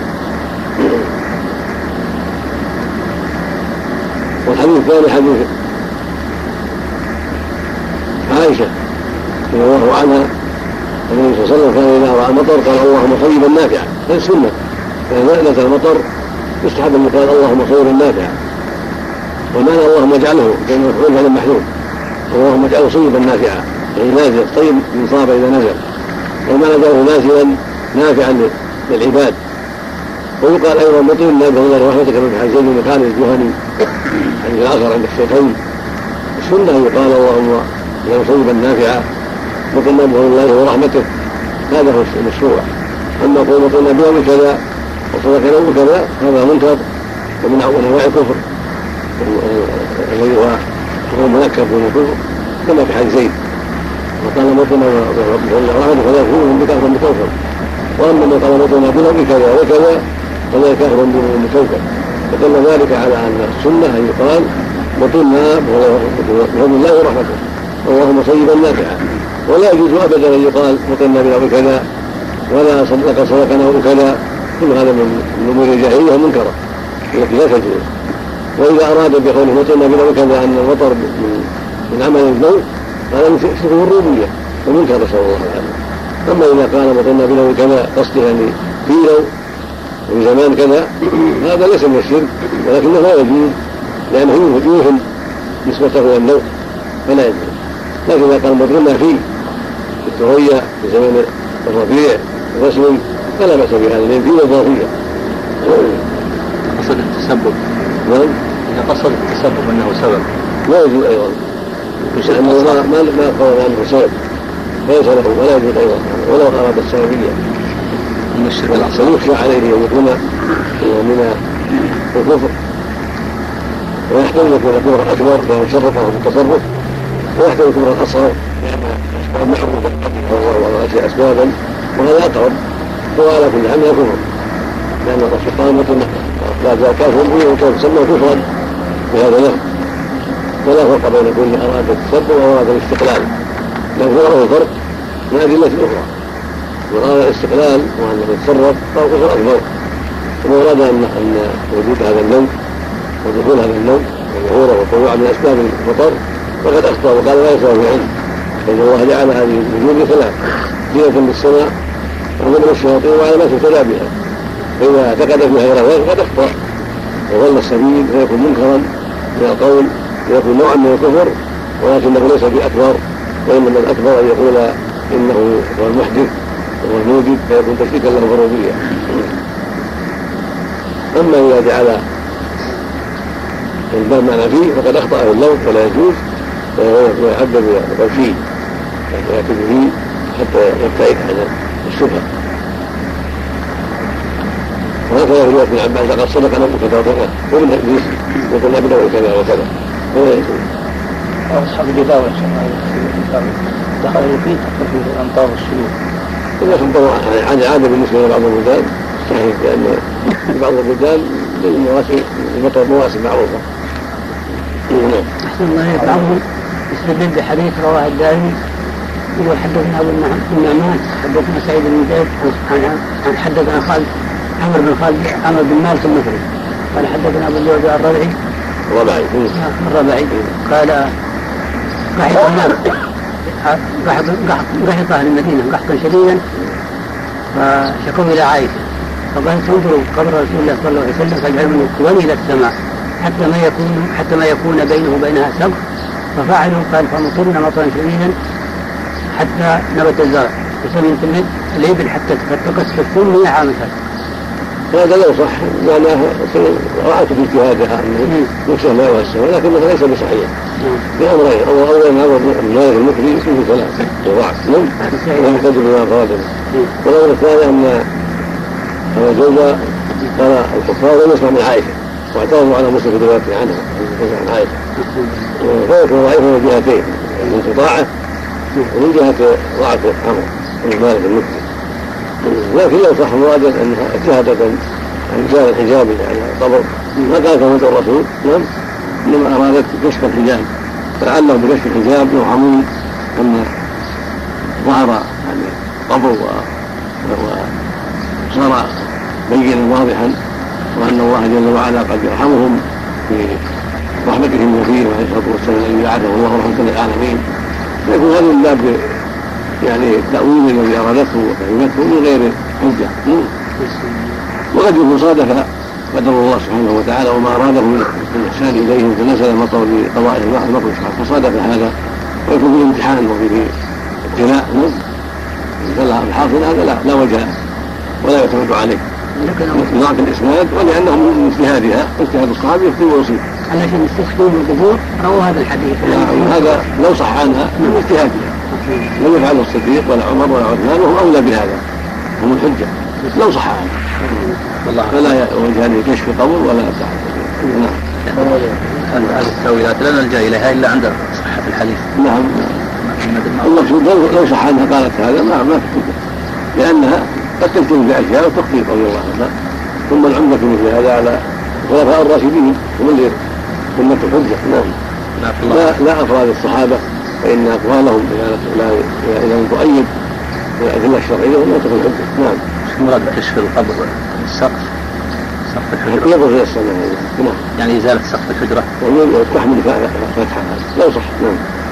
والحديث الثاني حديث عائشه رضي الله عنها النبي صلى الله عليه وسلم كان اذا راى المطر قال اللهم طيبا نافعا، هذه السنه اذا نزل المطر يستحب ان يقال اللهم طيبا نافعا، ومعنى اللهم اجعله كان مفعول هذا محذوف اللهم اجعله صيبا نافعا يعني نازل طيب من صاب اذا نزل، ومعنى اجعله نازلا نافعا للعباد. ويقال ايضا مطير نافع الله رحمتك من حديث بن خالد الجهني حديث الاخر عند الشيخين. السنه يقال اللهم اجعله صيبا نافعا مطلنا به الله ورحمته، هذا هو المشروع. اما قول مطلنا به بكذا وصدق له كذا هذا منكر ومن انواع الكفر الذي هو منكر دون الكفر كما في حديث زيد وقال مطلنا رحمته فلا يكون بكافر بكوكب، واما من قال مطلنا به بكذا وكذا فلا كافر بكوكب، فدل ذلك على ان السنه ان يقال مطلنا بفضل الله ورحمته اللهم صيبا نافعا، ولا يجوز ابدا ان يقال مطلنا بنا بكذا ولا صدقنا بكذا، كل هذا من امور الجاهليه منكره التي لا تجوز. واذا اراد بقوله مطلنا بنا بكذا ان المطر من عمل النوم هذا من شرك الربوبيه ومنكر نسال الله العافيه. اما اذا قال مطلنا بنا بكذا قصده يعني في يوم وفي زمان كذا هذا ليس من الشرك ولكنه لا يجوز لانه يوهم نسبته الى النوم فلا يجوز. لكن اذا قال مطلنا في الثريا في زمن الربيع الرسمي فلا بأس بهذا لأن فيه إضافية. قصد التسبب. نعم. إذا قصد التسبب أنه سبب. لا يجوز أيضا. لأنه ما قال عنه سبب ليس له ولا يجوز أيضا ولو أراد السببية. من الشرك الأصغر. يخشى عليه أن يكون من الكفر ويحتمل أن يكون كفرا أكبر فهو شرفه في التصرف، ويحتمل كفرا أصغر لأن محروم وأشياء أسبابا وهذا أقرب. وعلى كل حال كفر لأن الرسول قال مثلا لا زال كافر به وكان سمى كفرا بهذا له، ولا فرق بين كل أراد التسبب وأراد الاستقلال، لكن له الفرق من أدلة أخرى. من أراد الاستقلال وأنه يتصرف فهو كفر أكبر، ثم أراد أن وجود هذا النوم ودخول هذا النوم وظهوره وطلوعه من أسباب المطر فقد أخطأ وقال لا يسوى في علم، فإن الله جعل هذه الوجود ثلاث زينة للسماء ومن الشياطين وعلامات اهتدى بها، فإذا اعتقد في غير ذلك قد أخطأ وضل السبيل فيكون منكرا من القول ويكون نوعا من الكفر، ولكنه ليس بأكبر، وإنما الأكبر أن يقول إنه هو المحدث وهو الموجد فيكون تشريكا له في الربوبية. أما إذا جعل الباب معنى فيه فقد أخطأ في اللوم فلا يجوز ويعذب بالفيه يأكل فيه حتى يبتعد عن الشبهة. وهكذا في رواية ابن عباس لقد صدق نبي كذا وكذا ومن ابليس يقول ابن كذا وكذا ولا يجوز. أصحاب الجداوة دخلوا فيه في أمطار السيول. إذا كنت عن عادة بالنسبة لبعض البلدان صحيح، لأن في بعض البلدان للمواسم المطر مواسم معروفة. أحسن الله إليك. بعضهم يستدل بحديث رواه الدارمي يقول حدثنا أبو النعمان حدثنا سعيد بن زيد عن حدثنا خالد عمرو بن مالك المصري قال حدثنا أبو اللؤلؤ الربعي قال قحط أهل المدينة قحطا شديدا فشكوا إلى عائشة فقالت انظروا قبر رسول الله صلى الله عليه وسلم فاجعلوا من الكوان إلى السماء حتى ما يكون بينه وبينها سقف، ففعلوا قال فمطرنا مطرا شديدا حتى نبت الزرع وسمنت الإبل حتى تفتقت في الثم 100 عام. هذا لا يصح، معناه رأت في اجتهادها أن يكسر ما يوسع، لكنه ليس بصحيح بأمرين. أولا المال المكري فيه ثلاثة وضعف لا يقدر بما أفراده. والأمر الثاني أن الزوجة قال الكفار لم يسمع من عائشة واعترضوا على مسلم في روايته عنها عن عائشة، فيكون ضعيفا من جهتين، من انقطاعه ومن جهة ضعف الأمر المال المكري. لكن لو صح مرادا انها اجتهدت عن ازاله الحجاب يعني القبر ما قالت مد الرسول، انما ارادت كشف الحجاب، فلعله بكشف الحجاب يوهمون ان ظهر يعني القبر وصار بينا واضحا، وان الله جل وعلا قد يرحمهم برحمته الوفيه عليه الصلاه والسلام الذي بعثه الله رحمه للعالمين. فيكون هذا من باب يعني تأويل الذي أرادته وفهمته من غير حجة. وقد يكون صادف قدر الله سبحانه وتعالى وما أراده من الإحسان إليهم، فنزل المطر بقضاء المطر فصادف هذا، ويكون فيه امتحان وفيه ابتلاء. الحاصل هذا لا وجه ولا يعتمد عليه لكن الإسناد، ولأنه من اجتهادها واجتهاد الصحابي يخطئ ويصيب. علشان يستشفون القبور رووا هذا الحديث. هذا لو صح عنها من اجتهادها، لم يفعله الصديق ولا عمر ولا عثمان، وهم أولى بهذا، هم الحجة لو صح عنها، فلا وجه لكشف قبر ولا أبتعد. نعم. هذه التأويلات لا نلجأ إليها إلا عند صحة الحديث. نعم. المقصود لو صح عنها قالت هذا ما في حجة، لأنها قد تكتب بأشياء وتخطئ رضي الله عنها. ثم العمدة في مثل هذا على الخلفاء الراشدين هم اللي ثم الحجة. نعم. لا أفراد الصحابة، فإن أقوالهم إذا لم تؤيد الأدلة الشرعية ولا تكون حجة. نعم. مراد كشف القبر السقف الحجرة يضر إلى السماء. نعم. يعني إزالة سقف الحجرة وتحمل فتحة لو صح. نعم.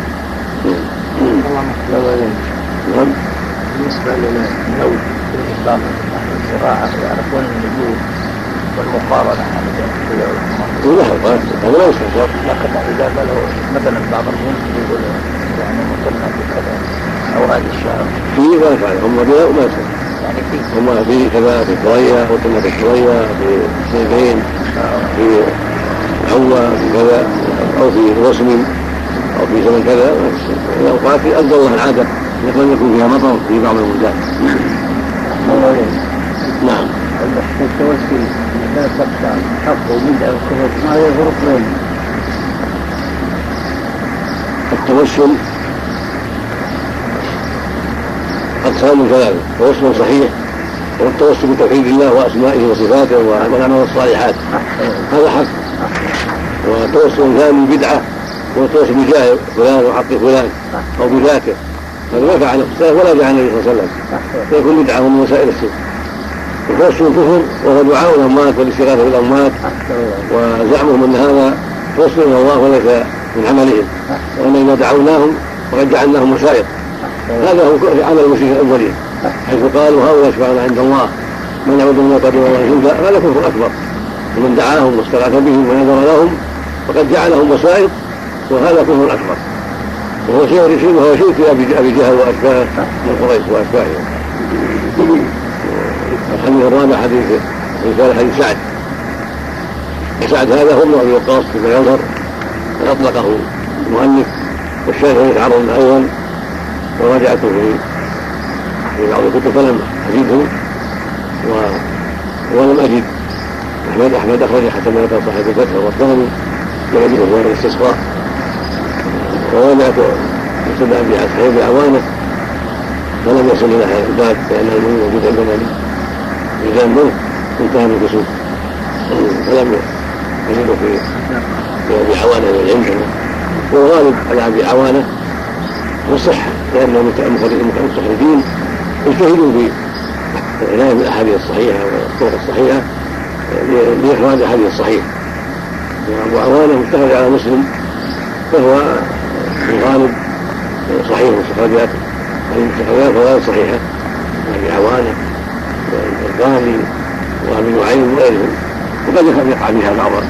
نعم. بالنسبة للنوم في الإسلام الزراعة يعرفون النجوم والمقارنة هذا لا يستشعر. لكن إذا قالوا مثلا بعض المسلمين يقول يعني مطلنا بكذا أو هذه الشهر فيه ما يفعل هم بها وما يفعل يعني هم فيه كذا في كرية وطلنا في كرية في سيدين في عوة في كذا أو في رسم أو في زمن كذا الأوقات أدى الله العادة يقول يكون فيها مطر في بعض البلدان. نعم. التوسل لا تبقى حق ومدعى وكفر ما يغرق لهم. التوسل أقسام ثلاثة: توسل صحيح، والتوسل بتوحيد الله وأسمائه وصفاته والأعمال الصالحات هذا حق. وتوسل ثاني بدعة، والتوسل بجاه فلان وحق فلان أو بذاته، هذا ما فعل السلف ولا جعل النبي صلى الله عليه وسلم، فيكون بدعة من وسائل الشرك. وتوسل الكفر وهو دعاء الأموات والاستغاثة بالأموات، وزعمهم أن هذا توسل إلى الله وليس من عملهم، وأن إذا دعوناهم وقد جعلناهم وسائط. هذا هو عمل المشركين الأولين، حيث قالوا هؤلاء يشفعون عند الله من يعبد من قدر الله يشفع، هذا كفر أكبر. ومن دعاهم واستغاث بهم ونذر لهم فقد جعلهم وسائط، وهذا كفر أكبر، وهو شيء رشيد، وهو شرك أبي جهل وأشباهه من قريش وأشباههم. الحديث الرابع حديث سعد. وسعد هذا هو ابن أبي وقاص بن يظهر، أطلقه المؤلف، والشاهد يتعرض الأول وراجعته في بعض الكتب فلم أجده، ولم أجد أحمد أخرج حتى ما يقع صاحب الفتح والضرب يجد أبواب الاستسقاء، وراجعت يسمى صحيح بعوانة فلم يصل إلى هذا الباب، لأن المهم موجود عندنا إذا الملك انتهى من كسوف، فلم يجد في أبي عوانة عندنا. والغالب على أبي عوانة والصحة، لأن المستخرجين يجتهدوا في العناية بالأحاديث الصحيحة والطرق الصحيحة لإخراج الأحاديث الصحيحة. وأبو عوانة مستخرج على مسلم، فهو الغالب صحيح المستخرجات، المستخرجات فغالب صحيحة. أبي عوانة والغالي وأبي نعيم وغيرهم، وقد يقع بها بعض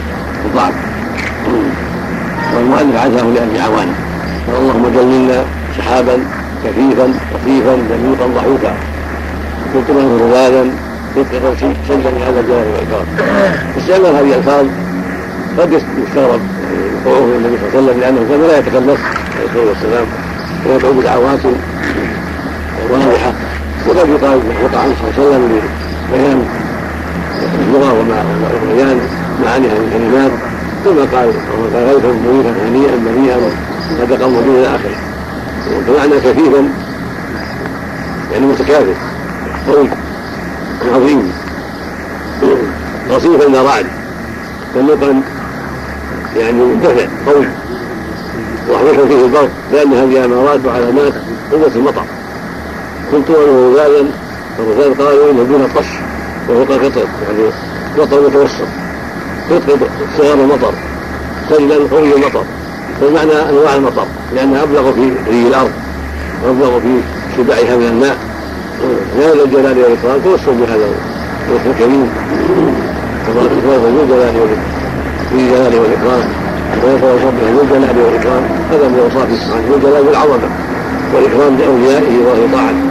وضعف. والمؤلف عزاه لأبي عوانه قال اللهم جللنا سحابا كثيفا خفيفا دميقا ضحوكا مطرا رذاذا مطرا سجدا لهذا الجلال والاكرام. استعمال هذه الالفاظ قد يستغرب وقوعه النبي صلى الله عليه وسلم لانه كان لا يتكلف عليه الصلاه والسلام ويدعو بدعوات واضحه، وقد يقال وقع عنه صلى الله عليه وسلم لبيان اللغه وبيان معانيها من الكلمات كما قال غيثا مريفا هنيئا مريئا صدقا مبينا الى اخره. ومعنى كثيفا يعني متكاثر قوي عظيم رصيفا لا رعد دميقا يعني منتفع قوي ضحوكا فيه البرق لان هذه امارات وعلامات قوه المطر. كنت وانا رذاذا الرذاذ قالوا انه دون الطش وهو قطر يعني مطر متوسط قطر صغار المطر سجلا قوي المطر فمعنى انواع المطر لانها ابلغ في ري الارض وابلغ في شبعها من الماء. هذا الجلال والاكرام توسل بهذا الوصف الكريم تبارك وتعالى ذو الجلال والاكرام ويتوصف به ذو الجلال والاكرام. هذا من اوصافه سبحانه ذو الجلال والعظمه والاكرام لاوليائه واهل طاعته.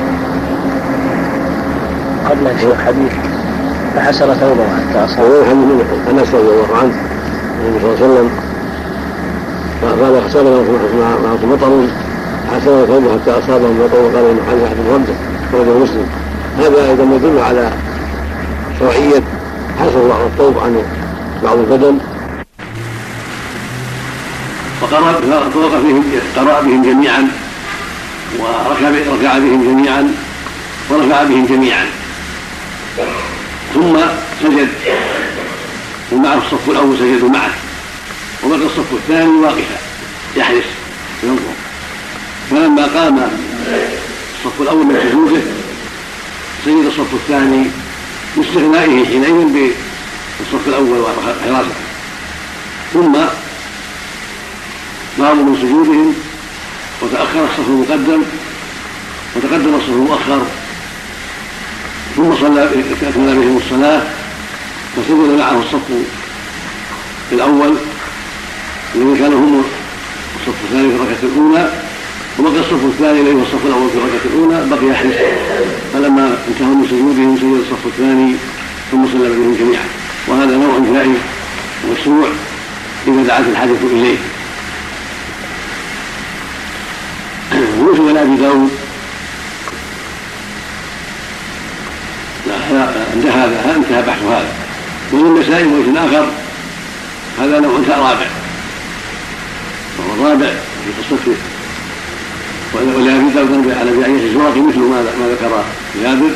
قبل الشيخ حديث فحسر ثوبه حتى اصاب. انس رضي الله عنه النبي صلى الله عليه وسلم قال حسبنا معكم مطر حسن ثوبه حتى اصابه المطر وقال ان حدث احد ربه خرجه مسلم. هذا ايضا يدل على شرعيه حسن بعض الثوب عن بعض البدن. قرأ بهم جميعا وركع بهم جميعا ورفع بهم جميعا ثم سجد ومعه الصف الاول سجدوا معه وبقي الصف الثاني واقفا يحرس ينظر. فلما قام الصف الاول من سجوده سجد الصف الثاني باستغنائه حينئذ بالصف الاول وحراسته. ثم نهضوا من سجودهم وتاخر الصف المقدم وتقدم الصف المؤخر ثم اكمل بهم الصلاه فسجد معه الصف الاول الذي كانوا هم الصف الثاني في الركعه الاولى وبقي الصف الثاني الذي هو الصف الاول في الركعه الاولى بقي يحرس. فلما انتهوا من سجودهم سجد الصف الثاني ثم صلى بهم جميعا. وهذا نوع جائز ومشروع اذا دعت الحاجه اليه. ويوسف بن ابي داود انتهى بحث هذا. ومن المسائل وجه اخر هذا نوع رابع وهو الرابع في قصته ولابي داود على ابي عيسى الزرقي مثل ما ذكر جابر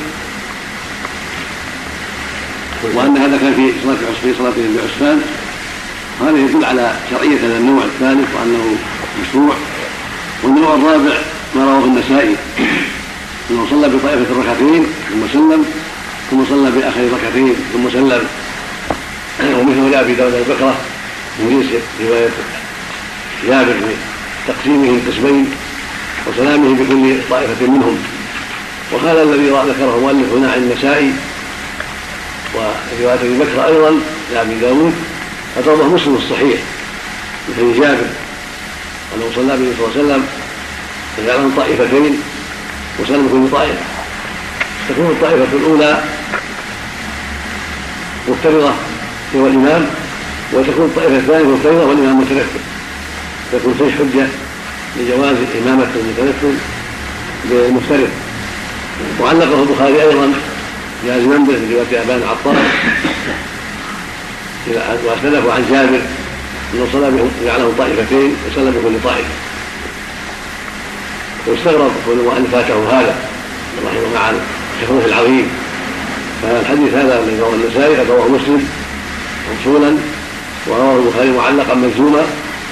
وان هذا كان في صلاتهم بعسفان. وهذا يدل على شرعيه هذا النوع الثالث وانه مشروع. والنوع الرابع ما رواه النسائي انه صلى بطائفه الركعتين ثم سلم ثم صلى باخر ركعتين ثم سلم. ومثل لابي داود البكره وليس روايه جابر بتقسيمه قسمين وسلامه بكل طائفه منهم. وهذا الذي ذكره المؤلف هنا عن النسائي وروايه ابي بكر ايضا لابي داود قد رواه مسلم الصحيح مثل جابر انه صلى به صلى الله عليه وسلم فجعلهم طائفتين وسلم كل طائفه. تكون الطائفه الاولى مفترضه هو الامام وتكون الطائفه الثانيه مفترضه والامام متنفل. تكون فيه حجه لجواز امامه المتنفل بالمفترض. وعلقه البخاري ايضا جاز منبه في روايه ابان عطار واختلفوا عن جابر انه صلى بهم جعلهم طائفتين وصلى بكل طائفه. واستغرب كل المؤلف فاته هذا رحمه مع الحفظ العظيم. فالحديث هذا الذي رواه النسائي قد رواه مسلم موصولا ورواه البخاري معلقا مجزوما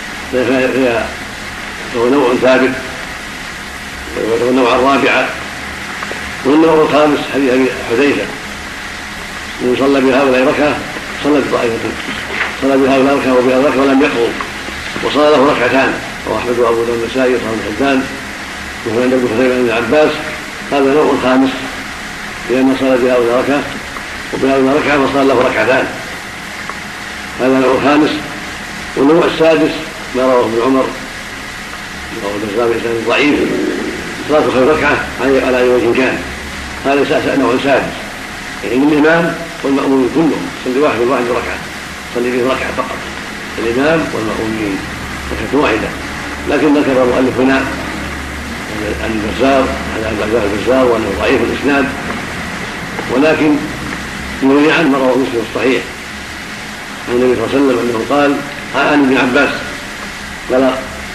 فهو نوع ثابت وهو النوع الرابع. والنوع الخامس حديث ابي حذيفه من صلى بهؤلاء ركعه صلى بطائفتين صلى بهؤلاء ركعه وبهؤلاء ركعه ولم يقروا وصلى له ركعتان. رواه احمد وابو داود والنسائي وصححه ابن حبان وهو عند ابن خزيمه بن عباس. هذا نوع خامس لأنه صلى بهؤلاء ركعة وبهؤلاء ركعة وصلى له ركعتان هذا النوع الخامس. والنوع السادس ما رواه ابن عمر رواه البزار بإسناد ضعيف صلاة خير ركعة على أي وجه كان. هذا نوع سادس، يعني الإمام والمأمومين كلهم صلي واحد ركعة، صلي به ركعة فقط الإمام والمأمومين ركعة واحدة. لكن ذكر المؤلف هنا عن البزار وأنه ضعيف الإسناد، ولكن يروي عنه ما رواه مسلم الصحيح عن النبي صلى الله عليه وسلم أنه قال عن ابن عباس قال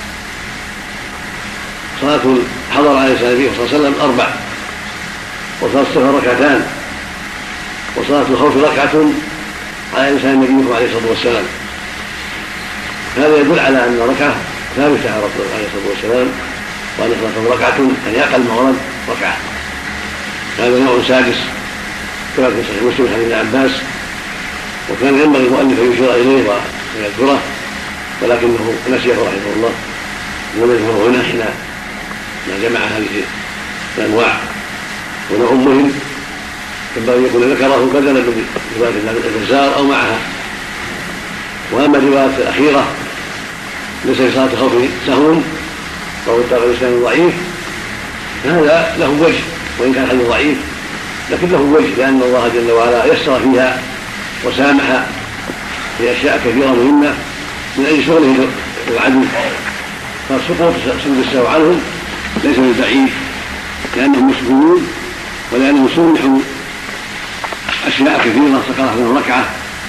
صلاة حضر عليه النبي صلى الله عليه وسلم 4، وصلاة السفر 2 وصلاة الخوف 1 على لسان النبي عليه الصلاة والسلام. هذا يدل على أن ركعة ثابتة على رسول عليه الصلاة والسلام، وأن صلاة 1 يعني أقل ما ورد 1. هذا نوع سادس كما في صحيح مسلم حديث ابن عباس، وكان ينبغي المؤلف ان يشير اليه ويذكره ولكنه نسيه رحمه الله، ولم يذكره هنا حين ما جمع هذه الانواع. ونوع مهم ينبغي ان يكون ذكره بدلا بروايه البزار او معها. واما الروايه الاخيره ليس في صلاه الخوف سهو او الدار الاسلام ضعيف، هذا له وجه وان كان حديث ضعيف، لكن له وجه لأن الله جل وعلا يسر فيها وسامح في أشياء كثيرة مهمة من أجل شغله العدو. فالسقوط سجود السهو عنهم ليس بالبعيد لأنهم مسلمون، ولأنهم سمحوا أشياء كثيرة سقطت لهم ركعة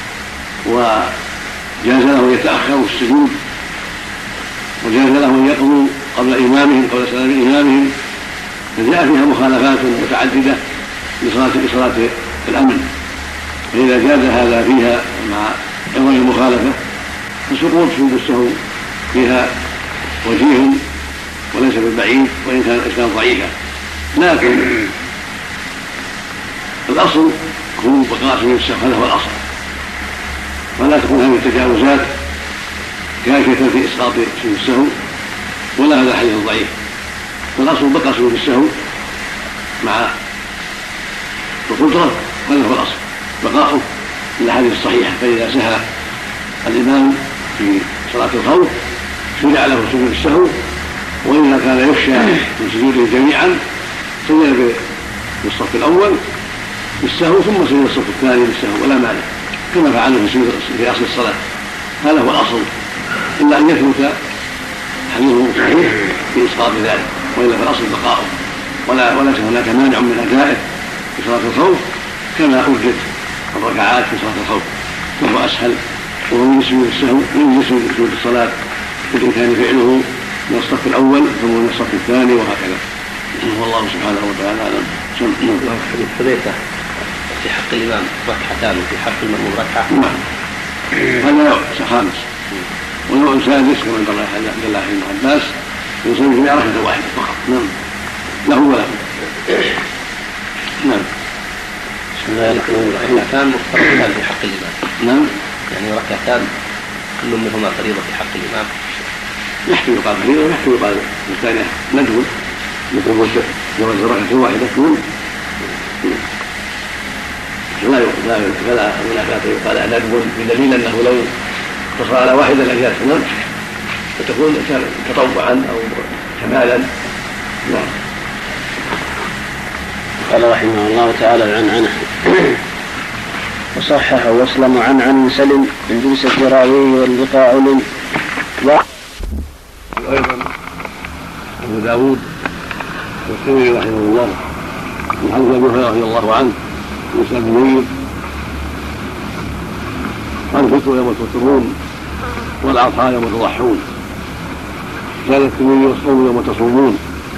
وجاز لهم يتأخروا السجود، وجاز لهم يقضوا قبل إمامهم قبل سلام إمامهم، فجاء فيها مخالفات متعددة لصلاة الأمن. فإذا جاز هذا فيها مع عظم المخالفة فسقوط سجود السهو فيها وجيه وليس بالبعيد وإن كان الإسلام ضعيفا. لكن الأصل هو بقاء سجود السهو، هذا هو الأصل، ولا تكون هذه التجاوزات كافية في إسقاط سجود السهو، ولا هذا حديث ضعيف. فالأصل بقاء سجود السهو مع القدرة، هذا هو الأصل بقاؤه من الأحاديث الصحيحة. فإذا سهى الإمام في صلاة الخوف شرع له سجود السهو، وإذا كان يخشى من سجوده جميعا سجد بالصف الأول بالسهو ثم سجد الصف الثاني بالسهو ولا مانع، كما فعله في أصل الصلاة. هذا هو الأصل، إلا أن يثبت حديث صحيح في إسقاط ذلك، وإلا فالأصل بقاؤه وليس هناك مانع من أدائه في صلاة الخوف كما أوجد الركعات في صلاة الخوف، وهو أسهل وهو يسجد السهو يسجد سجود الصلاة إذا كان فعله من الصف الأول ثم من الصف الثاني وهكذا. والله سبحانه وتعالى أعلم. حديث حذيفة في حق الإمام 2 وفي حق المأموم 1. نعم، هذا نوع خامس. ونوع سادس كما قال عبد الله بن عباس يصلي جميع 1 فقط. نعم، له وله. نعم. بسم الله الرحمن الرحيم. 2 مفترضتان في حق الإمام. نعم، يعني 2 كل منهما فريضة في حق الإمام. يحتمل يقال فريضة ويحتمل يقال الثانية ندب، مثل جواز 1 تكون فلا منافاة يقال ندب بدليل أنه لو اقتصر على 1 لجاز فتكون تطوعا أو كمالا. نعم. قال رحمه الله تعالى العنعنة وصحح واسلم عن سلم من جلسة راويه واللقاء وأيضا أبو داود والترمذي رحمه الله من حديث أبي هريرة رضي الله عنه وسعد بن زيد الفطر يوم تفطرون والأضحى يوم تضحون، زاد الترمذي والصوم يوم تصومون.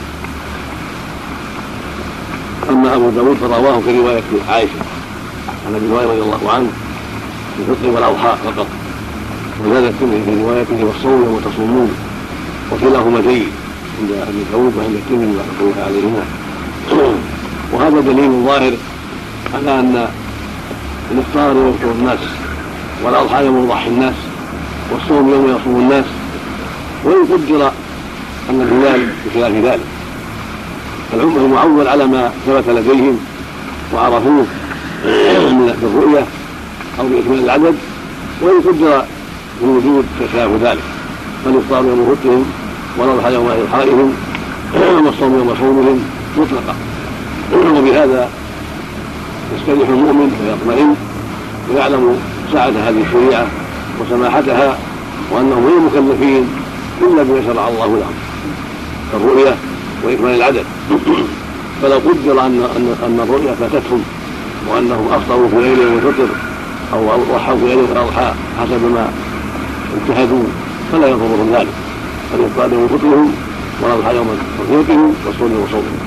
أما أبو داود فرواه في رواية عائشة عن أبي هريرة رضي الله عنه بالفطر والأضحى فقط، وزاد الترمذي في روايته والصوم يوم تصومون، وكلاهما جيد عند أبي داود وعند الترمذي رحمه الله عليهما. وهذا دليل ظاهر على أن الإفطار يوم يفطر الناس، والأضحى يوم يضحي الناس، والصوم يوم يصوم الناس، وإن قدر أن الهلال بخلاف ذلك. فالعمر معول على ما ثبت لديهم وعرفوه من الرؤية أو بإكمال العدد، وإن قدر في الوجود فشاف ذلك، فالإفطار يوم فطرهم والأضحى يوم إضحائهم والصوم يوم صومهم مطلقا. وبهذا يستريح المؤمن ويطمئن ويعلم سعة هذه الشريعة وسماحتها، وأنهم غير مكلفين إلا بما شرع الله لهم كالرؤية وإكمال العدد. فلو قدر أن الرؤية فاتتهم وأنهم أفطروا في ليلة الفطر أو ضحوا في ليلة الأضحى حسب ما اجتهدوا فلا يضرهم ذلك، فالإفطار يوم فطرهم والأضحى يوم فطرهم والصوم يوم صومهم.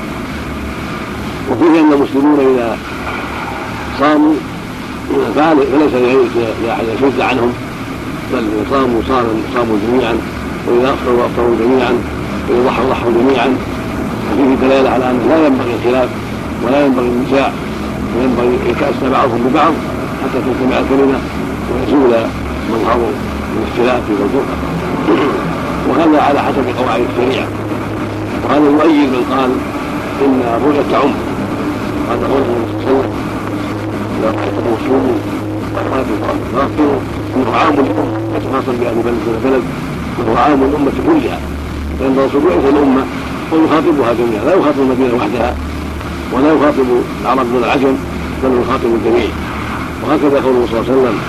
وفيه أن المسلمون إذا صاموا فليس لأحد يشد عنهم، بل إذا صاموا جميعا، وإذا أفطروا جميعا، وإذا ضحوا جميعا. وفيه دلالة على أنه لا ينبغي الخلاف ولا ينبغي النزاع، وينبغي يتأسى بعضهم ببعض حتى تجتمع الكلمة ويزول مظهر الاختلاف والفرقة. وهذا على حسب قواعد الشريعة. وهذا يؤيد من قال إن الرؤيا تعم. هذا قول النبي صلى الله عليه وسلم: لا تقتلوا صوموا فأفطروا، إنه عام الأمة يتخاصم بأهل بلد دون بلد، وهو عام الأمة كلها، فإن الرسول يعيش الأمة ويخاطبها جميعا، لا يخاطب المدينة وحدها ولا يخاطب العرب دون العجم، بل يخاطب الجميع. وهكذا قوله صلى الله عليه وسلم: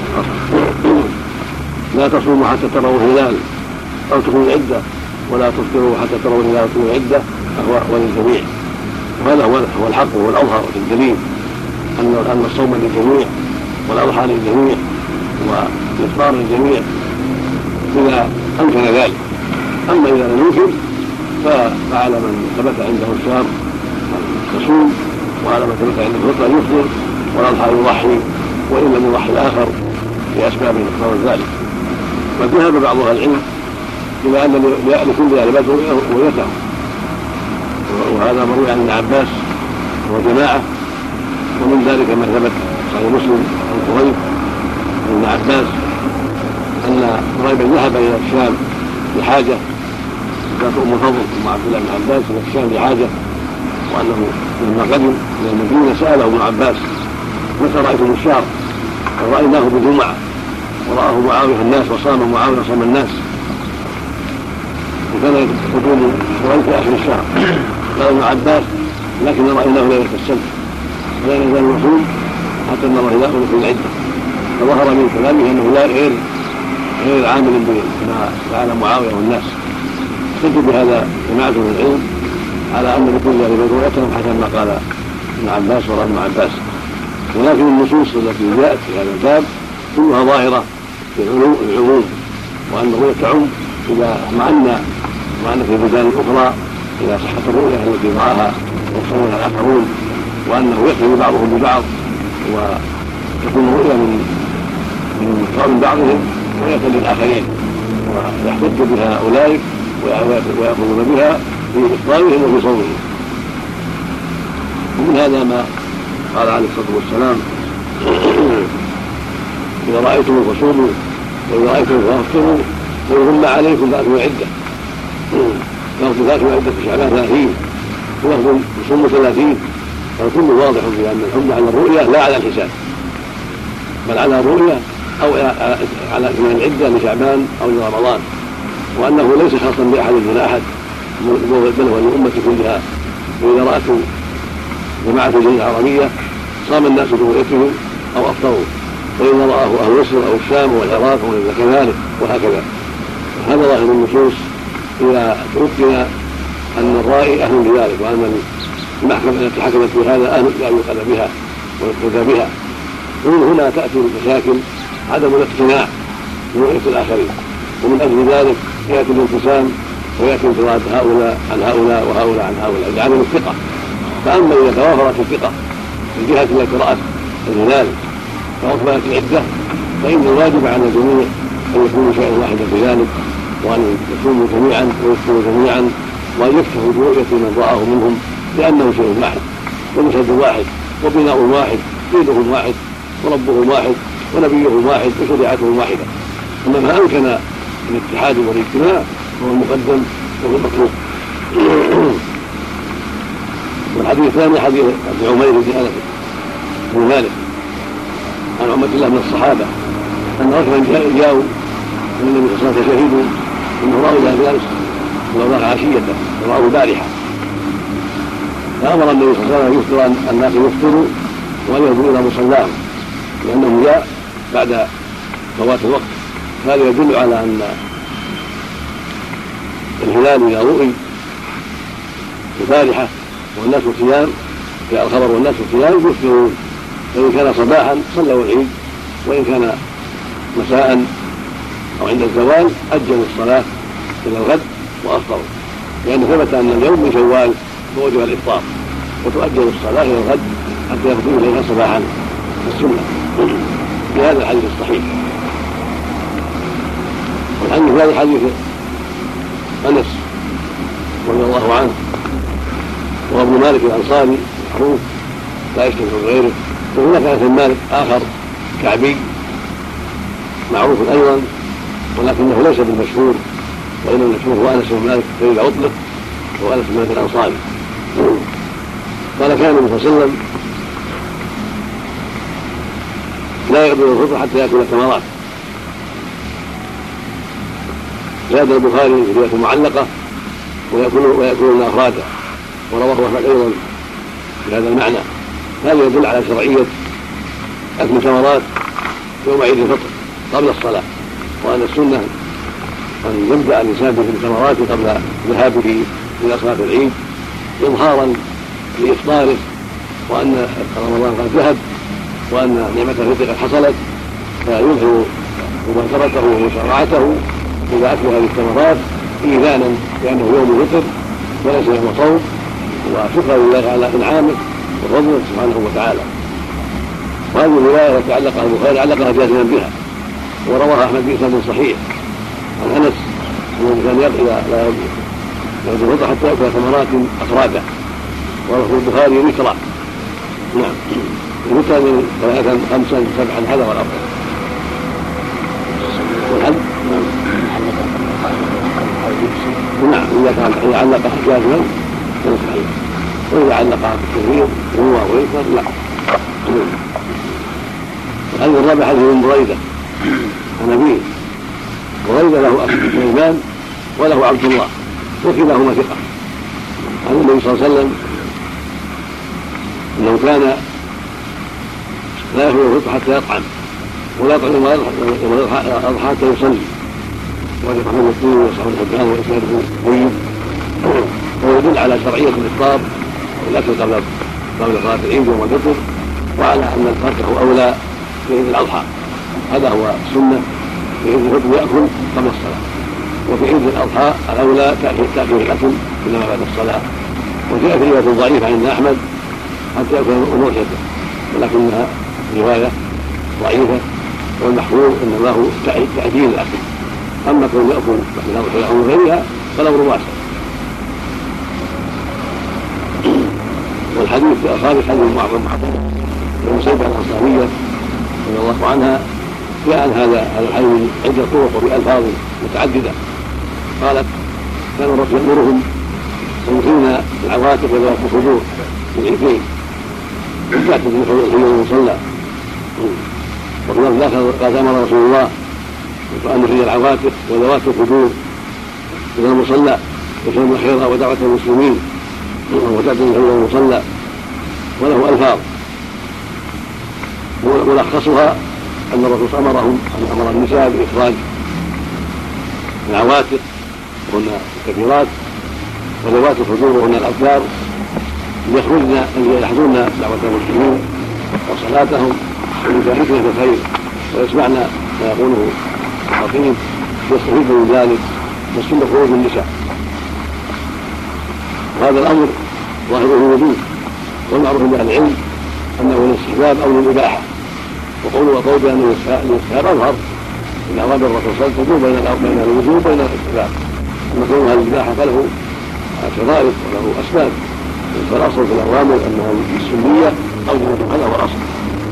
لا تصوموا حتى تروا الهلال أو تكونوا العدة، ولا تفطروا حتى تروا الهلال أو تكونوا العدة، فهو للجميع. وهذا هو الحق وهو الأظهر في الدليل، أن الصوم للجميع والأضحى للجميع والإفطار للجميع إذا أمكن ذلك. أما إذا لم يمكن فعلى من ثبت عنده الشهر يصوم، وعلى من ثبت عنده الفطر يفطر، والأضحى يضحي، وإن لم يضحي الآخر لأسباب تقتضي ذلك. وذهب بعض أهل العلم إلى أن لكل أهل بلد رؤيته، وهذا مروي عن ابن عباس وجماعة. ومن ذلك ما ثبت صحيح مسلم عن قريب عن ابن عباس أن قريبا ذهب إلى الشام لحاجة، كانت أم الفضل أم عبد الله بن عباس إلى الشام لحاجة، وأنه لما قدم إلى المدينة سأله ابن عباس: متى رأيتم الشهر؟ ورأيناه بجمعة، ورآه معاوية الناس وصام معاوية صام الناس، وكان يقوم قريب في آخر الشهر. قال ابن عباس: لكن رأيناه ليلة السبت، ولا يزال يصوم حتى نرى هلاله في العدة. فظهر من كلامه أنه لا غير عامل بما فعل معاوية والناس. استدل بهذا جماعة من العلم على أن لكل ذلك رؤيتهم حسب ما قال ابن عباس ورأى ابن عباس. ولكن النصوص التي جاءت في هذا الباب كلها ظاهرة في العموم، وأن الرؤية تعم إذا اطمأن في البلدان الأخرى إذا صحت الرؤية التي رآها وصورها الآخرون، وأنه يقتدي بعضهم ببعض، وتكون الرؤيا من قول بعضهم رؤية للآخرين، ويحتج بها أولئك ويأخذون بها في إفطارهم وفي صومهم. ومن هذا ما قال عليه الصلاة والسلام: إذا رأيتم فصوموا، وإذا رأيتم فأفطروا، ويغم عليكم فأتوا العدة. فأتوا العدة في شعبان 30، ولفظ يصوموا 30. فالكل واضح في أن الحمد على الرؤية لا على الحساب، بل على الرؤية أو على إكمال العدة لشعبان أو لرمضان، وأنه ليس خاصا بأحد دون أحد، بل هو للأمة كلها. وإذا رأته جماعة الجزيرة العربية صام الناس برؤيتهم أو أفطروا، وإذا رآه أهل مصر أو الشام والعراق وليس كذلك، وهكذا. هذا ظاهر النصوص إذا تمكن أن الرائي أهل لذلك، وأن المحكمة التي حكمت بهذا أهل لأن يقال بها ويقتدى بها. ومن هنا تأتي المشاكل عدم الاقتناع برؤية الآخرين، ومن أجل ذلك يأتي الانقسام ويأتي انفراد هؤلاء عن هؤلاء وهؤلاء عن هؤلاء لعدم الثقة. فأما إذا توافرت الثقة في الجهة التي رأت الهلال وأكملت العدة، فإن الواجب على الجميع أن يكونوا شيئا واحدا في ذلك، وأن يصوموا جميعا ويفطروا جميعا، وأن يكتفوا برؤية من رآه منهم، لأنه شيء واحد ومشهد واحد وبناء واحد، دينهم واحد وربهم واحد ونبيهم واحد وشريعتهم واحدة. أما ما أمكن الاتحاد والاجتماع هو المقدم وهو المطلوب. والحديث الثاني حديث ابن عمير بن أنس بن مالك عن عمة الله من الصحابة أن رجلا جاءوا النبي صلى الله عليه وسلم شهدوا أنه رأوا ذلك بالأمس ولو عشية ورأوا البارحة، فأمر النبي صلى الله عليه وسلم يفطر الناس يفطروا وأن يذهبوا إلى مصلاهم لأنه جاء بعد فوات الوقت. هذا يدل على أن الهلال إذا رؤي البارحة والناس صيام، جاء الخبر والناس صيام يفطرون، فإن كان صباحا صلوا العيد، وإن كان مساء أو عند الزوال أجلوا الصلاة إلى الغد وأفطروا، لأن ثبت أن اليوم من شوال فوجب الإفطار، وتؤجل الصلاة إلى الغد حتى يفطروا إليها صباحا السنة في هذا الحديث الصحيح. والحديث في هذا الحديث أنس رضي الله عنه وابن مالك الأنصاري معروف لا يشتبه بغيره، وهناك أنس بن مالك آخر كعبي معروف أيضا ولكنه ليس بالمشهور، وإنما المشهور هو أنس بن مالك فإذا أطلق هو أنس بن مالك الأنصاري. قال كان النبي صلى الله عليه وسلم لا يقبل الفطر حتى يأكل التمرات. زاد البخاري في رواية معلقة ويأكلون أفرادا، ورواه أحمد أيضا بهذا المعنى. هذا يدل على شرعية أكل التمرات يوم عيد الفطر قبل الصلاة، وأن السنة أن يبدأ الإنسان بالتمرات قبل ذهابه إلى صلاة العيد إظهارا لإفطاره، وأن رمضان قد ذهب وأن نعمة الفطر قد حصلت، فيظهر مباشرته ومشرعته إذا أكل هذه التمرات إيذانا بأنه يوم الفطر وليس يوم صوم، وشكرا لله على إنعامه وفضله سبحانه وتعالى. وهذه الرواية التي علقها البخاري علقها جازما بها، ورواها أحمد بإسناد صحيح عن أنس أنه كان لا يرجو الفطر حتى يأكل تمرات أفرادا، ولفظ البخاري وترا. نعم، الوتر من 3 5 7 هذا هو الأفضل. والحد نعم إذا علقها جازما كان صحيح، وإذا علقها بالتكبير هو ويسر لا. الحديث الرابع حديث ابن بريدة عن أبيه. بريدة له أخ سليمان وله عبد الله وكلاهما ثقة عن النبي صلى الله عليه وسلم أنه كان لا يأكل الفطر حتى يطعم ولا يطعم يوم الأضحى حتى يصلي، وهذا محمد الطين وصحيح الحبان وإسناده طيب، وهو يدل على شرعية الإفطار والأكل قبل صلاة العيد يوم الفطر، وعلى أن الفطر هو أولى في عيد الأضحى. هذا هو السنة، في عيد الفطر يأكل قبل الصلاة، وفي عيد الأضحى الأولى تأكل الأكل إنما بعد الصلاة. وجاء في رواية ضعيفة عند أحمد حتى يأكل أضحيته، ولكنها رواية ضعيفة، والمحفوظ إنما هو تعجيل الأكل، أما كون يأكل بعد الأضحية أو غيرها فالأمر واسع. والحديث الخامس حديث معظم محفوظ من سيدة الأنصارية رضي الله عنها جاء عن هذا الحديث عدة طرق وبألفاظ متعددة. قالت كان الرسول يأمرهم يمكن العواتق وذوات الخدور في العيدين وجاءت في المصلى، وفي الآخر قال أمر رسول الله أن يخرج العواتق وذوات الخدور إلى المصلى يشهدون خيرا ودعوة المسلمين وتأتي إلى المصلى، وله ألفاظ ملخصها أن الرسول أمرهم أن أمر النساء بإخراج العواتق وهن الكبيرات وذوات الخدور وهن الأبكار ليخرجن أن يحضرن دعوة المسلمين وصلاتهم ويشاركن في الخير ويسمعن ما يقوله الخطيب يستفيد من ذلك والسنة خروج النساء. وهذا الأمر ظاهره الوجوب، والمعروف عند أهل العلم أنه للاستحباب أو للإباحة، وقوله بأنه الاستحباب أظهر إن أراد الرسول صلى الله عليه وسلم بين الوجوب وبين الاستحباب، أما كونها الإباحة فله شرائط وله أسباب، فالأصل في الأوامر أنها السنية أو هذا هو الأصل.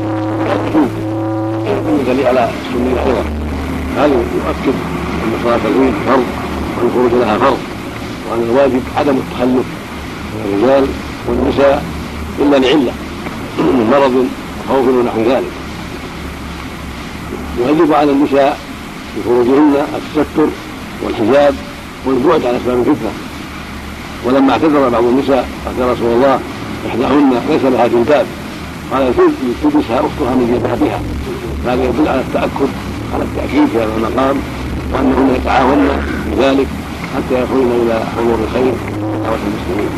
دليل على السنية أيضا هذا يؤكد أن صلاة العيد فرض والخروج لها فرض، وأن الواجب عدم التخلف من الرجال والنساء إلا لعلة من مرض خوف ونحو ذلك. ويجب على النساء في فروجهن التستر والحجاب والبعد عن اسباب الفتنه. ولما اعتذر بعض النساء قال يا رسول الله احداهن ليس لها جلباب، قال تلبسها اختها من جلبابها. هذا يدل على التاكد على التاكيد في هذا المقام، وانهن يتعاونن في ذلك حتى يخرجن الى امور الخير ودعوه المسلمين.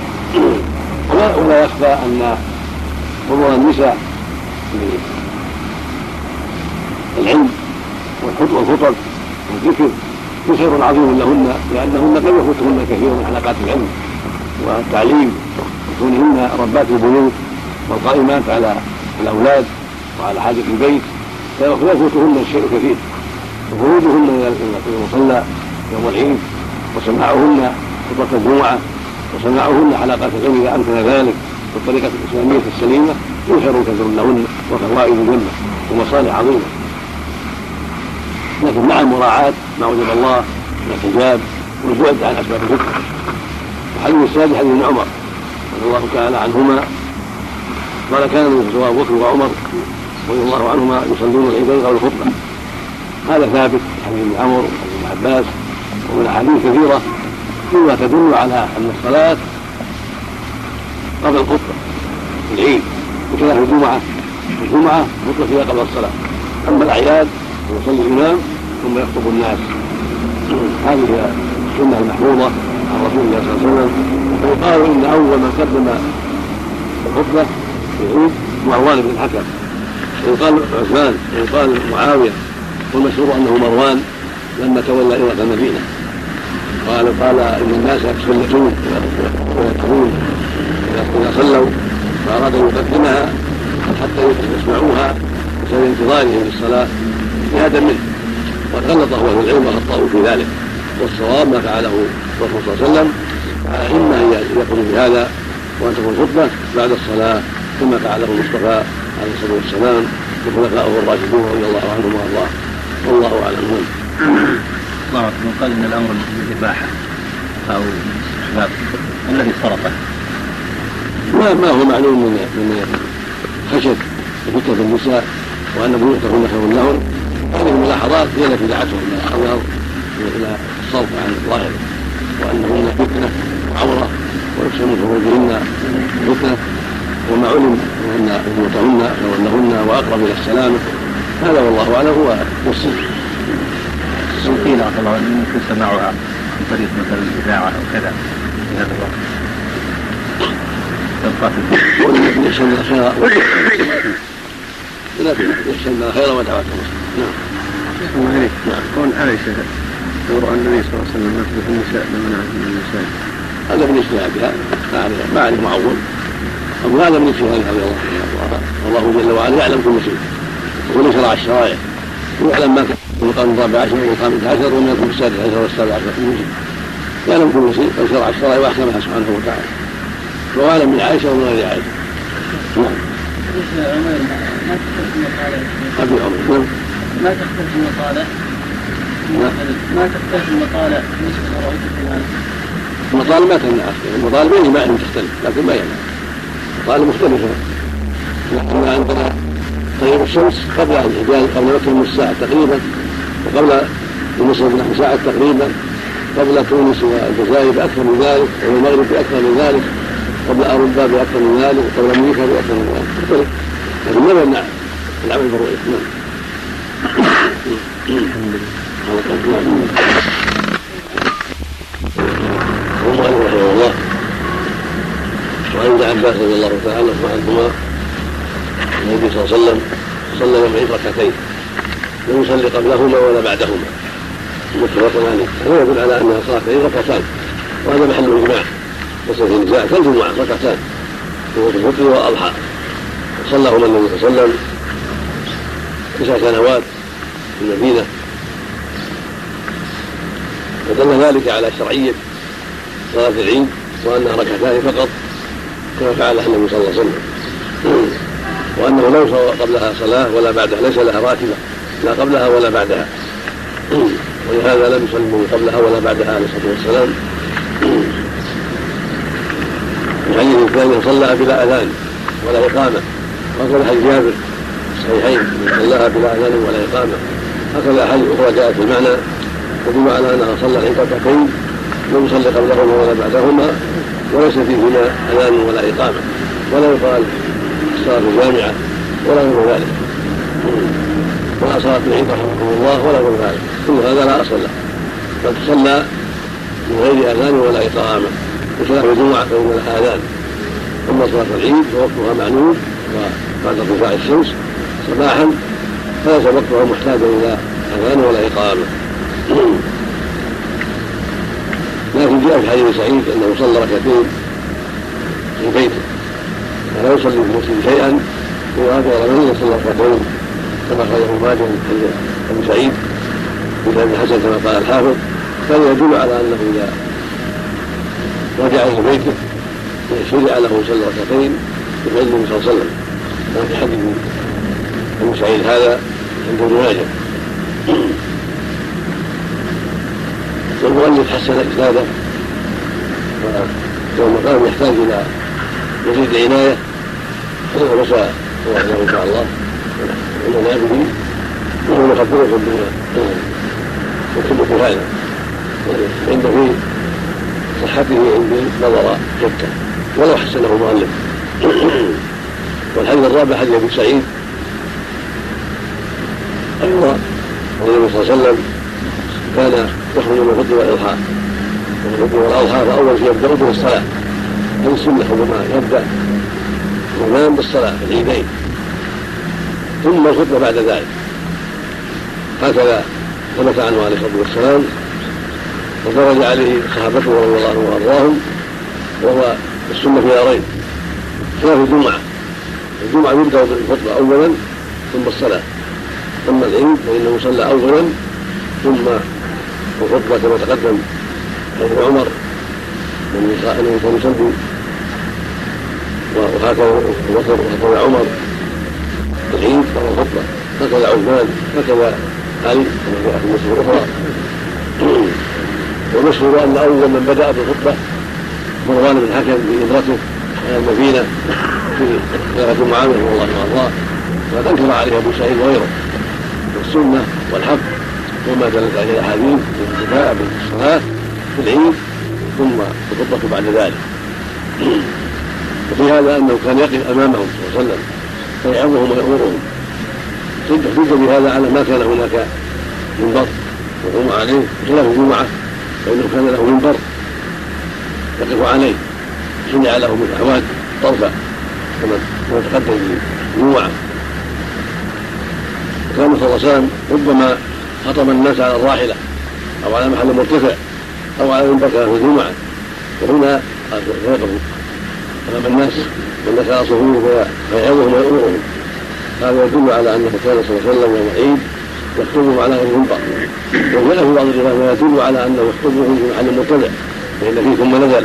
ولا يخفى ان حضور النساء للعلم والخطب والذكر خير عظيم لهن، لانهن قد يفوتهن كثير من حلقات العلم والتعليم، وكونهن ربات البيوت والقائمات على الاولاد وعلى حاجه البيت، فيفوتهن الشيء كثير. وخروجهن الى المصلى يوم العيد وسماعهن خطبه الجمعه وسماعهن حلقات العلم اذا امكن ذلك بالطريقه الاسلاميه السليمه خير كثير لهن وفوائد الجنه ومصالح عظيمه، لكن مع مراعاه ما وجب الله من الحجاب والبعد عن اسباب الفتنه. الحديث السادس حديث ابن عمر رضي الله تعالى عنهما قال كان النبي ابو بكر وعمر رضي الله عنهما يصلون العيدين قبل الخطبه. هذا ثابت حديث ابن عمر وابن عباس ومن احاديث كثيره فيما تدل على ان الصلاه قبل الخطبه في العيد، وكذا في الجمعه خطبه فيها قبل الصلاه. اما الاعياد يصلي الامام ثم يخطب الناس. هذه هي السنه المحفوظه عن رسول الله صلى الله عليه وسلم. ويقال ان اول من قدم الخطبه في العيد مروان بن الحكم، ويقال عثمان، ويقال معاويه، والمشهور انه مروان لما تولى امره المدينه قال ان الناس يتسلطون ويكفرون اذا صلوا، فاراد ان يقدمها حتى يسمعوها بسبب انتظارهم للصلاه اجتهادا منه. وقد غلط هو اهل العلم وخطاوا في ذلك، والصواب ما فعله الرسول صلى الله عليه وسلم، اما ان يقولوا بهذا وان تكون الخطبه بعد الصلاه كما فعله المصطفى عليه الصلاه والسلام وخلفائه الراشدون رضي الله عنهم وارضاه، والله اعلم. الله اكبر. قال ان الامر الاباحه او الاستحباب الذي فرطه ما هو معلوم من خشب فتنه النساء وان بيوتهن خير لهن. هذه الملاحظات هي التي دعتهم الى الصرف عن الظاهر، وانهن فتنه وعوره ويكسر من فروجهن فتنه، وما علم ان بيوتهن خير لهن واقرب الى السلامه. هذا والله اعلم هو السر. قيل عفى الله ان يمكن سماعها عن طريق مثلا الاذاعه او كذا في هذا الوقت. يحسن الخير يحسن الخير ودعوات المسلمين. نعم. كون عائشه تقول ان النبي صلى الله عليه وسلم يطلق النساء لمنعه من النساء، هذا من اجتهادها ما عليه معول، أو هذا من اجتهادها رضي الله عنها. الله جل وعلا يعلم كل شيء ومن شرع الشرائع، ويعلم ما كان في المقام 14 والمقام 11 وما يكون في 16 والسابع عشر في المسجد. يعلم كل شيء وشرع الشرائع واحكمها سبحانه وتعالى، وأعلم من عائشه ومن غير عائشه. نعم. أبي عمر ما تختلف المطالع بالنسبة لرؤية الهلال. المطالب ما تمنع، المطالب بين ما تختلف لكن ما يمنع. المطالب مختلفة. نحن عندنا طيب الشمس قبل الهلال قبل وقت نص ساعة تقريبا، وقبل مصر بنحو ساعة تقريبا، قبل تونس والجزائر بأكثر من ذلك، والمغرب بأكثر من ذلك، قبل أوروبا بأكثر من ذلك، وقبل أمريكا بأكثر من ذلك، تختلف. لكن ما يمنع العمل بالرؤية. ومؤلف رحمه الله. وعن ابن عباس رضي الله تعالى عنهما النبي صلى الله عليه وسلم صلى يوم العيد ركعتين لم يصلي قبلهما ولا بعدهما، متفق عليه. هذا يدل على انها صلاه العيد ركعتان، وهذا محل الاجماع. وصلاه النساء كالجمعه ركعتان في وقت الفطر والاضحى، صلىهما النبي صلى الله عليه وسلم 9 سنوات في المدينه، ودل ذلك على شرعيه صلاه العيد وانها ركعتان فقط كما فعلها النبي صلى الله عليه وسلم، وانه لا يصلى قبلها صلاه ولا بعدها، ليس لها راتبه لا قبلها ولا بعدها، ولهذا لم يصلي قبلها ولا بعدها عليه الصلاه والسلام. الحديث الثاني صلى بلا اذان ولا اقامه، وصل حديث جابر الصحيحين من صلاها بلا اذان ولا اقامه. هكذا احاديث اخرى جاءت في المعنى تدل على انها صلى العيد ركعتين لم يصلي قبلهما ولا بعدهما وليس فيهما اذان ولا اقامه ولا يقال الصلاه جامعه ولا غير ذلك ولا صلاه العيد رحمه الله ولا غير ذلك. كل هذا لا اصل له، بل تصلى من غير اذان ولا اقامه. وصلاه الجمعه فان لها اذان، اما صلاه العيد فوقتها معلوم وبعد ارتفاع الشمس صباحا فليس وقتها محتاجا الى اذان ولا اقامه. لكن جاء في حديث سعيد انه صلى ركعتين في بيته ولا يصلي في المسجد شيئا، وهذا رمضان صلى ركعتين كما اخرجه ماجه من ابي سعيد بن ابي حسن كما قال الحافظ. كان يدل على انه اذا رجع الى بيته شرع له صلى ركعتين بفعل النبي صلى الله عليه وسلم، في حديث ابي سعيد هذا عند ابن ماجه. والمؤلف حسن اسناده والمقام يحتاج الى مزيد العنايه ومساء ان شاء الله اننا به وهو نخبركم بكتبه هذا عند في صحته عندي نظر جدا ولو حسنه المؤلف. والحديث الرابع حديث ابي سعيد ايضا النبي صلى الله عليه وسلم كان يخرج من الفطر والاضحى، والفطر والاضحى فاول شيء يبدا به الصلاه، هذه السنه ربما يبدا وينام بالصلاه في العيدين ثم الخطبه بعد ذلك. هكذا ثبت عنه عليه الصلاه والسلام ودرج عليه صحابته رضي الله عنهم وارضاهم، وهو السنه في دارين. خلاف الجمعه يبدا بالخطبه اولا ثم الصلاه، اما العيد فانه يصلى اولا ثم الخطبه كما تقدم حديث عمر انه كان يصلي وهكذا عمر العيد والخطبه، هكذا عثمان، هكذا علي كما جاء في المسجد الاخرى. ومشهور ان اول من بدا بالخطبه مروان بن الحكم بإمرته على المدينه في غزوه معاويه رضي الله عنه وارضاه، وقد انكر عليه ابو سعيد وغيره. والسنه والحق وما دلت عليه الاحاديث بالابتداء بالصلاه في العيد ثم الخطبه بعد ذلك. وفي هذا انه كان يقف امامهم صلى الله عليه وسلم فيعظهم ويامرهم. احتج بهذا على ما كان هناك منبر وقوم عليه خلاف الجمعه فانه كان له منبر يقف عليه صنع له من اعواد طرفه كما تقدم في الجمعه. وكان صلى الله عليه وسلم ربما خطب الناس على الراحله او على محل مرتفع او على منبر في الجمعه، وهنا فيقف امام الناس والناس على صفوفه فيعظهم ويامرهم. هذا يدل على انه كان صلى الله عليه وسلم يوم العيد يخطبهم على غير المنبر. وجاء في بعض الروايات ما يدل على انه يخطبهم في محل مرتفع فان فيه ثم نزل،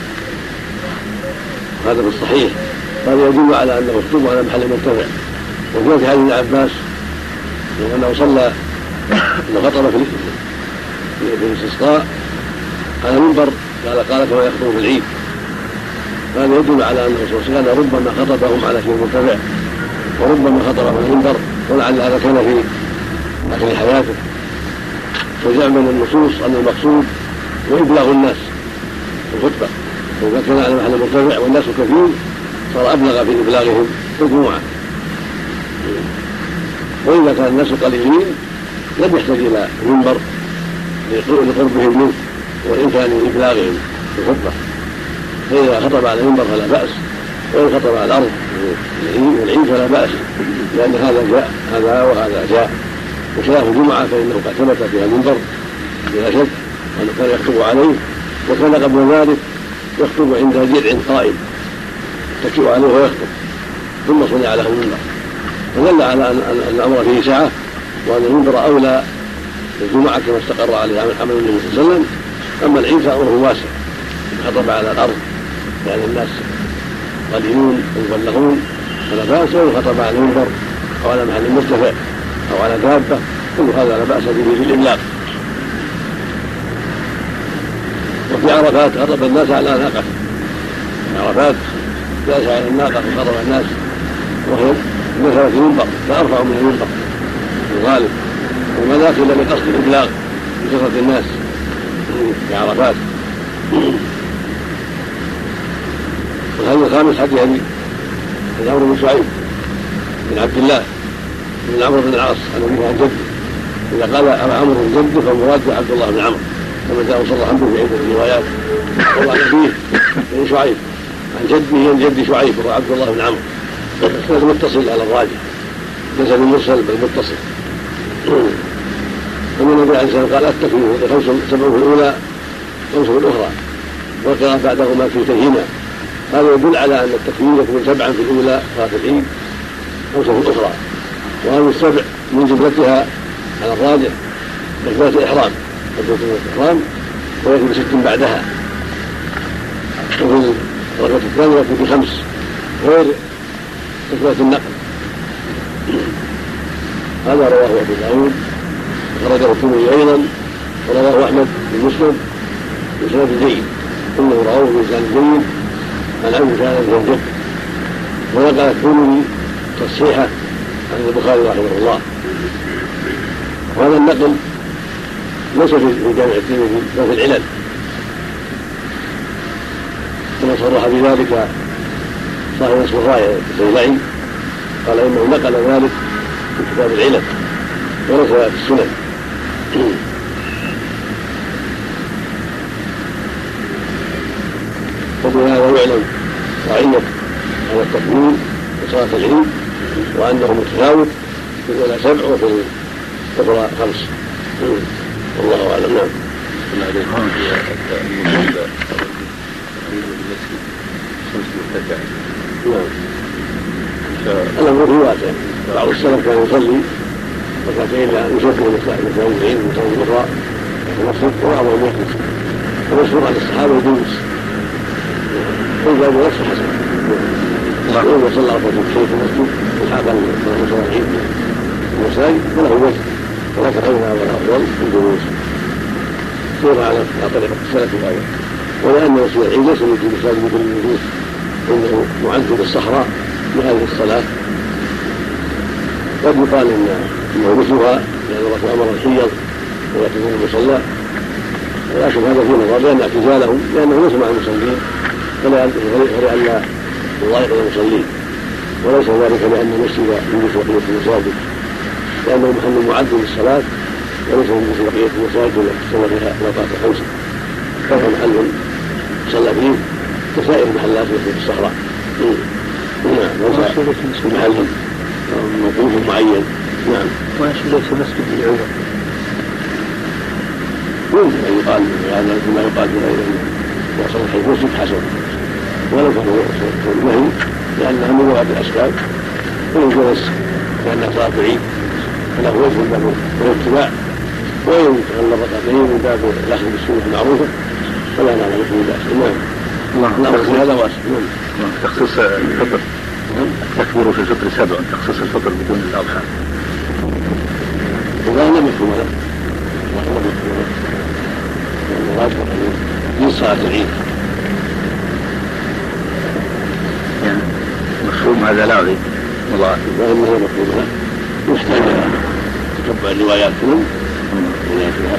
هذا في الصحيح. هذا يدل على انه يخطبهم على محل مرتفع. وجاء في حديث ابن عباس انه صلى خطب في الاستسقاء على منبر قال كما يخطب في العيد. هذا يدل على انه صلى الله عليه وسلم ربما خطبهم على شيء مرتفع وربما خطبهم على المنبر، ولعل هذا كان في اخر حياته. وجاء من النصوص ان المقصود هو ابلاغ الناس في الخطبه، واذا كان على محل مرتفع والناس كثير صار ابلغ في ابلاغهم في الجمعه. واذا كان الناس قليلين لم يحتاج الى المنبر لقربهم منه وامكان ابلاغهم في الخطبه. فاذا خطب على المنبر فلا باس، وان خطب على الارض والعيد فلا باس، لان هذا جاء هذا وهذا جاء. وخلاف الجمعه فانه قد ثبت فيها المنبر بلا شك وانه كان يخطب عليه، وكان قبل ذلك يخطب عند جذع قائم يتكئ عليه ويخطب ثم صنع له المنبر، فدل على ان الامر فيه سعه وان المنبر اولى الجمعه كما استقر عليه عمل النبي صلى الله عليه وسلم. اما العيد فامره واسع، خطب على الارض يعني الناس قليلون ويبلغون فلا باس، وان خطب على المنبر او على محل مرتفع او على دابه كل هذا لا باس به في الابلاغ. وفي عرفات خطب الناس على ناقه، في عرفات جالس على الناقه وخطب الناس وهي بمثابة المنبر لا أرفع من المنبر في الغالب، وما ذاك إلا لقصد الإبلاغ بكثرة الناس في عرفات. والحديث الخامس حديث عن عمرو بن شعيب بن عبد الله بن عمرو بن العاص عن أبيه عن جده، إذا قال أبا عمرو بن جده فالمراد عبد الله بن عمرو كما جاء صرح عنه في عدة الروايات. وعن أبيه بن شعيب عن جده عن جد شعيب وهو عبد الله بن عمرو، الإسناد متصل على الراجح ليس بالمرسل بل متصل. ومن النبي عليه الصلاة والسلام قال التكبير 7 في الأولى 5 في الأخرى، وقرأ بعدهما في تهينا. هذا يدل على أن التكبير يكون 7 في الأولى صلاة العيد 5 في الأخرى، وهذه السبع من جملتها على الراجح تكبيرة الإحرام ويكون 6 بعدها، وفي الركعة الثانية يكون 5 غير تكبيرة النقل. هذا رواه أبو داود وخرجه الترمذي أيضا، ورواه أحمد في مسلم بإسناد جيد، كله رواه بإسناد جيد عن عمرو كان بن جد، ونقل الترمذي تصحيحه عن البخاري رحمه الله. وهذا النقل ليس في جامع الترمذي بل في العلل، كما صرح بذلك صاحب نصب الراية الزيلعي، قال إنه نقل ذلك في كتاب العلل وليس في السنن. وبهذا يعلم رعية على التكبير في صلاة العيد وأنه متفاوت في الأولى 7 وفي الأخرى 5. والله أعلم. نعم. الأمر فيه واسع. بعض السلف كان يصلي ركعتين يشبه مسائل العيد ومسائل الأخرى يتنصت وبعضهم يحدث، ومشهور عن الصحابة يجوز وإذا بنفسه حسن. وإذا صلى ركعتين في المسجد وحاكى صلاة العيد في المساجد وله وجه، وركعتين هذا الأفضل الجلوس سير على طريقة السلف الأول. ولأن رسول العيد ليس يجوز المساجد بدون الجلوس، إنه معد بالصحراء لهذه الصلاة. قد يقال إنه مثلها لأن الرسول أمر الحيض ويعتزل المصلى، ولكن هذا في نظر لأن اعتزالهم لأنه ليس مع المصلين فلئلا يضايق المصلين، وليس ذلك لأن المسجد يجوز بقية المساجد، لأنه محل معد للصلاة وليس يجوز بقية المساجد التي تصلى فيها الأوقات 5، فهو محل صلى فيه كسائر المحلات في الصحراء. نعم. ليس محل موقوف معين. نعم. ليس مسجد العمر. يمكن أن يقال هذا كما يقال في غيره وصل الحي مسجد حسن، ولو كان النهي لأنها من مواد الأسباب وإن جلس لأنها صلاة العيد فله وجه من باب الاتباع، وإن تغلب ركعتين من باب الأخذ بالسنة المعروفة فلا نعلم فيه بأس. نعم. هذا واسع. تخصيص الفطر، التكبير في الفطر 7، تخصيص الفطر بدون الأضحى. ولا لم يكن هذا المراد من صلاة العيد. يعني مفهوم هذا لا أريد والله. وهم هو مفهوم يحتاج إلى تتبع الروايات كلهم ونأتيها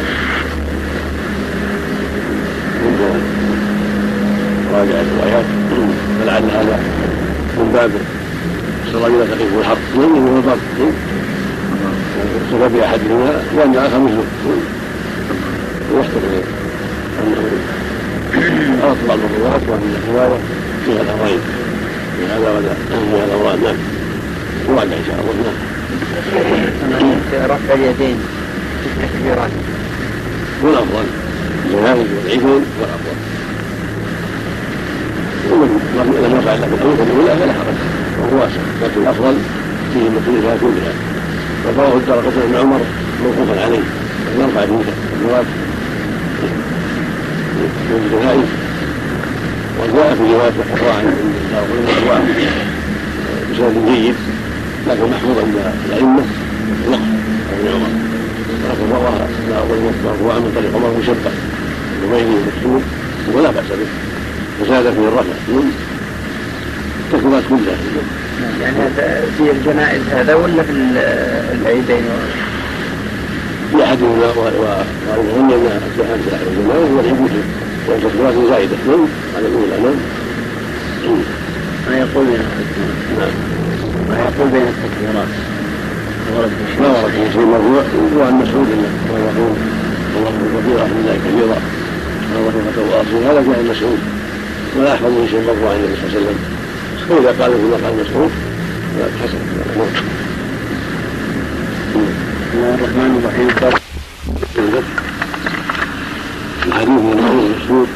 راجع الروايات، فلعل هذا من باب الرجل تقيف الحق وهو الضرب سبب أحدهما لأن الآخر مثله، ويحتمل أنه أرد بعض الروايات وأن الرواية فيها الأمرين في هذا ولا فيها الأمران. نعم. وعد إن شاء الله. نعم. رفع اليدين في التكبيرات هو الأفضل، الجنائز والعيدين هو الأفضل. لم يفعل لكم الأولى فلا حرج وهو واسع، لكن الأفضل فيه المثلها كلها. ورواه الدارقطني بن عمر موقوفا عليه أن يرفع فيه الجواب من الجنائز، وجاء في رواية أخرى عن الدارقطني بسند جيد لكن محفوظ عند الأئمة الوقف ابن عمر، ولكن رواه مرفوعا من طريق عمر مشبه وبينه مكتوب ولا بأس به، وزاد فيه الرفع من التكبيرات كلها يعني هذا في الجنائز هذا ولا في العيدين؟ في أحدهما وأظن أن الجنائز والعيد والتكبيرات زائدة على الأولى. ما يقول بين التكبيرات ما ورد في شيء مرفوع وعن مسعود انه يقول الله كبيرا الحمد لله كبيرا الله فتوى هذا جاء مسعود ولا يحفظ من شيء مرفوع عن النبي صلى الله عليه وسلم واذا قال في مقال مسعود حسن. بسم الله الرحمن الرحيم. الحديث من معروف المشهور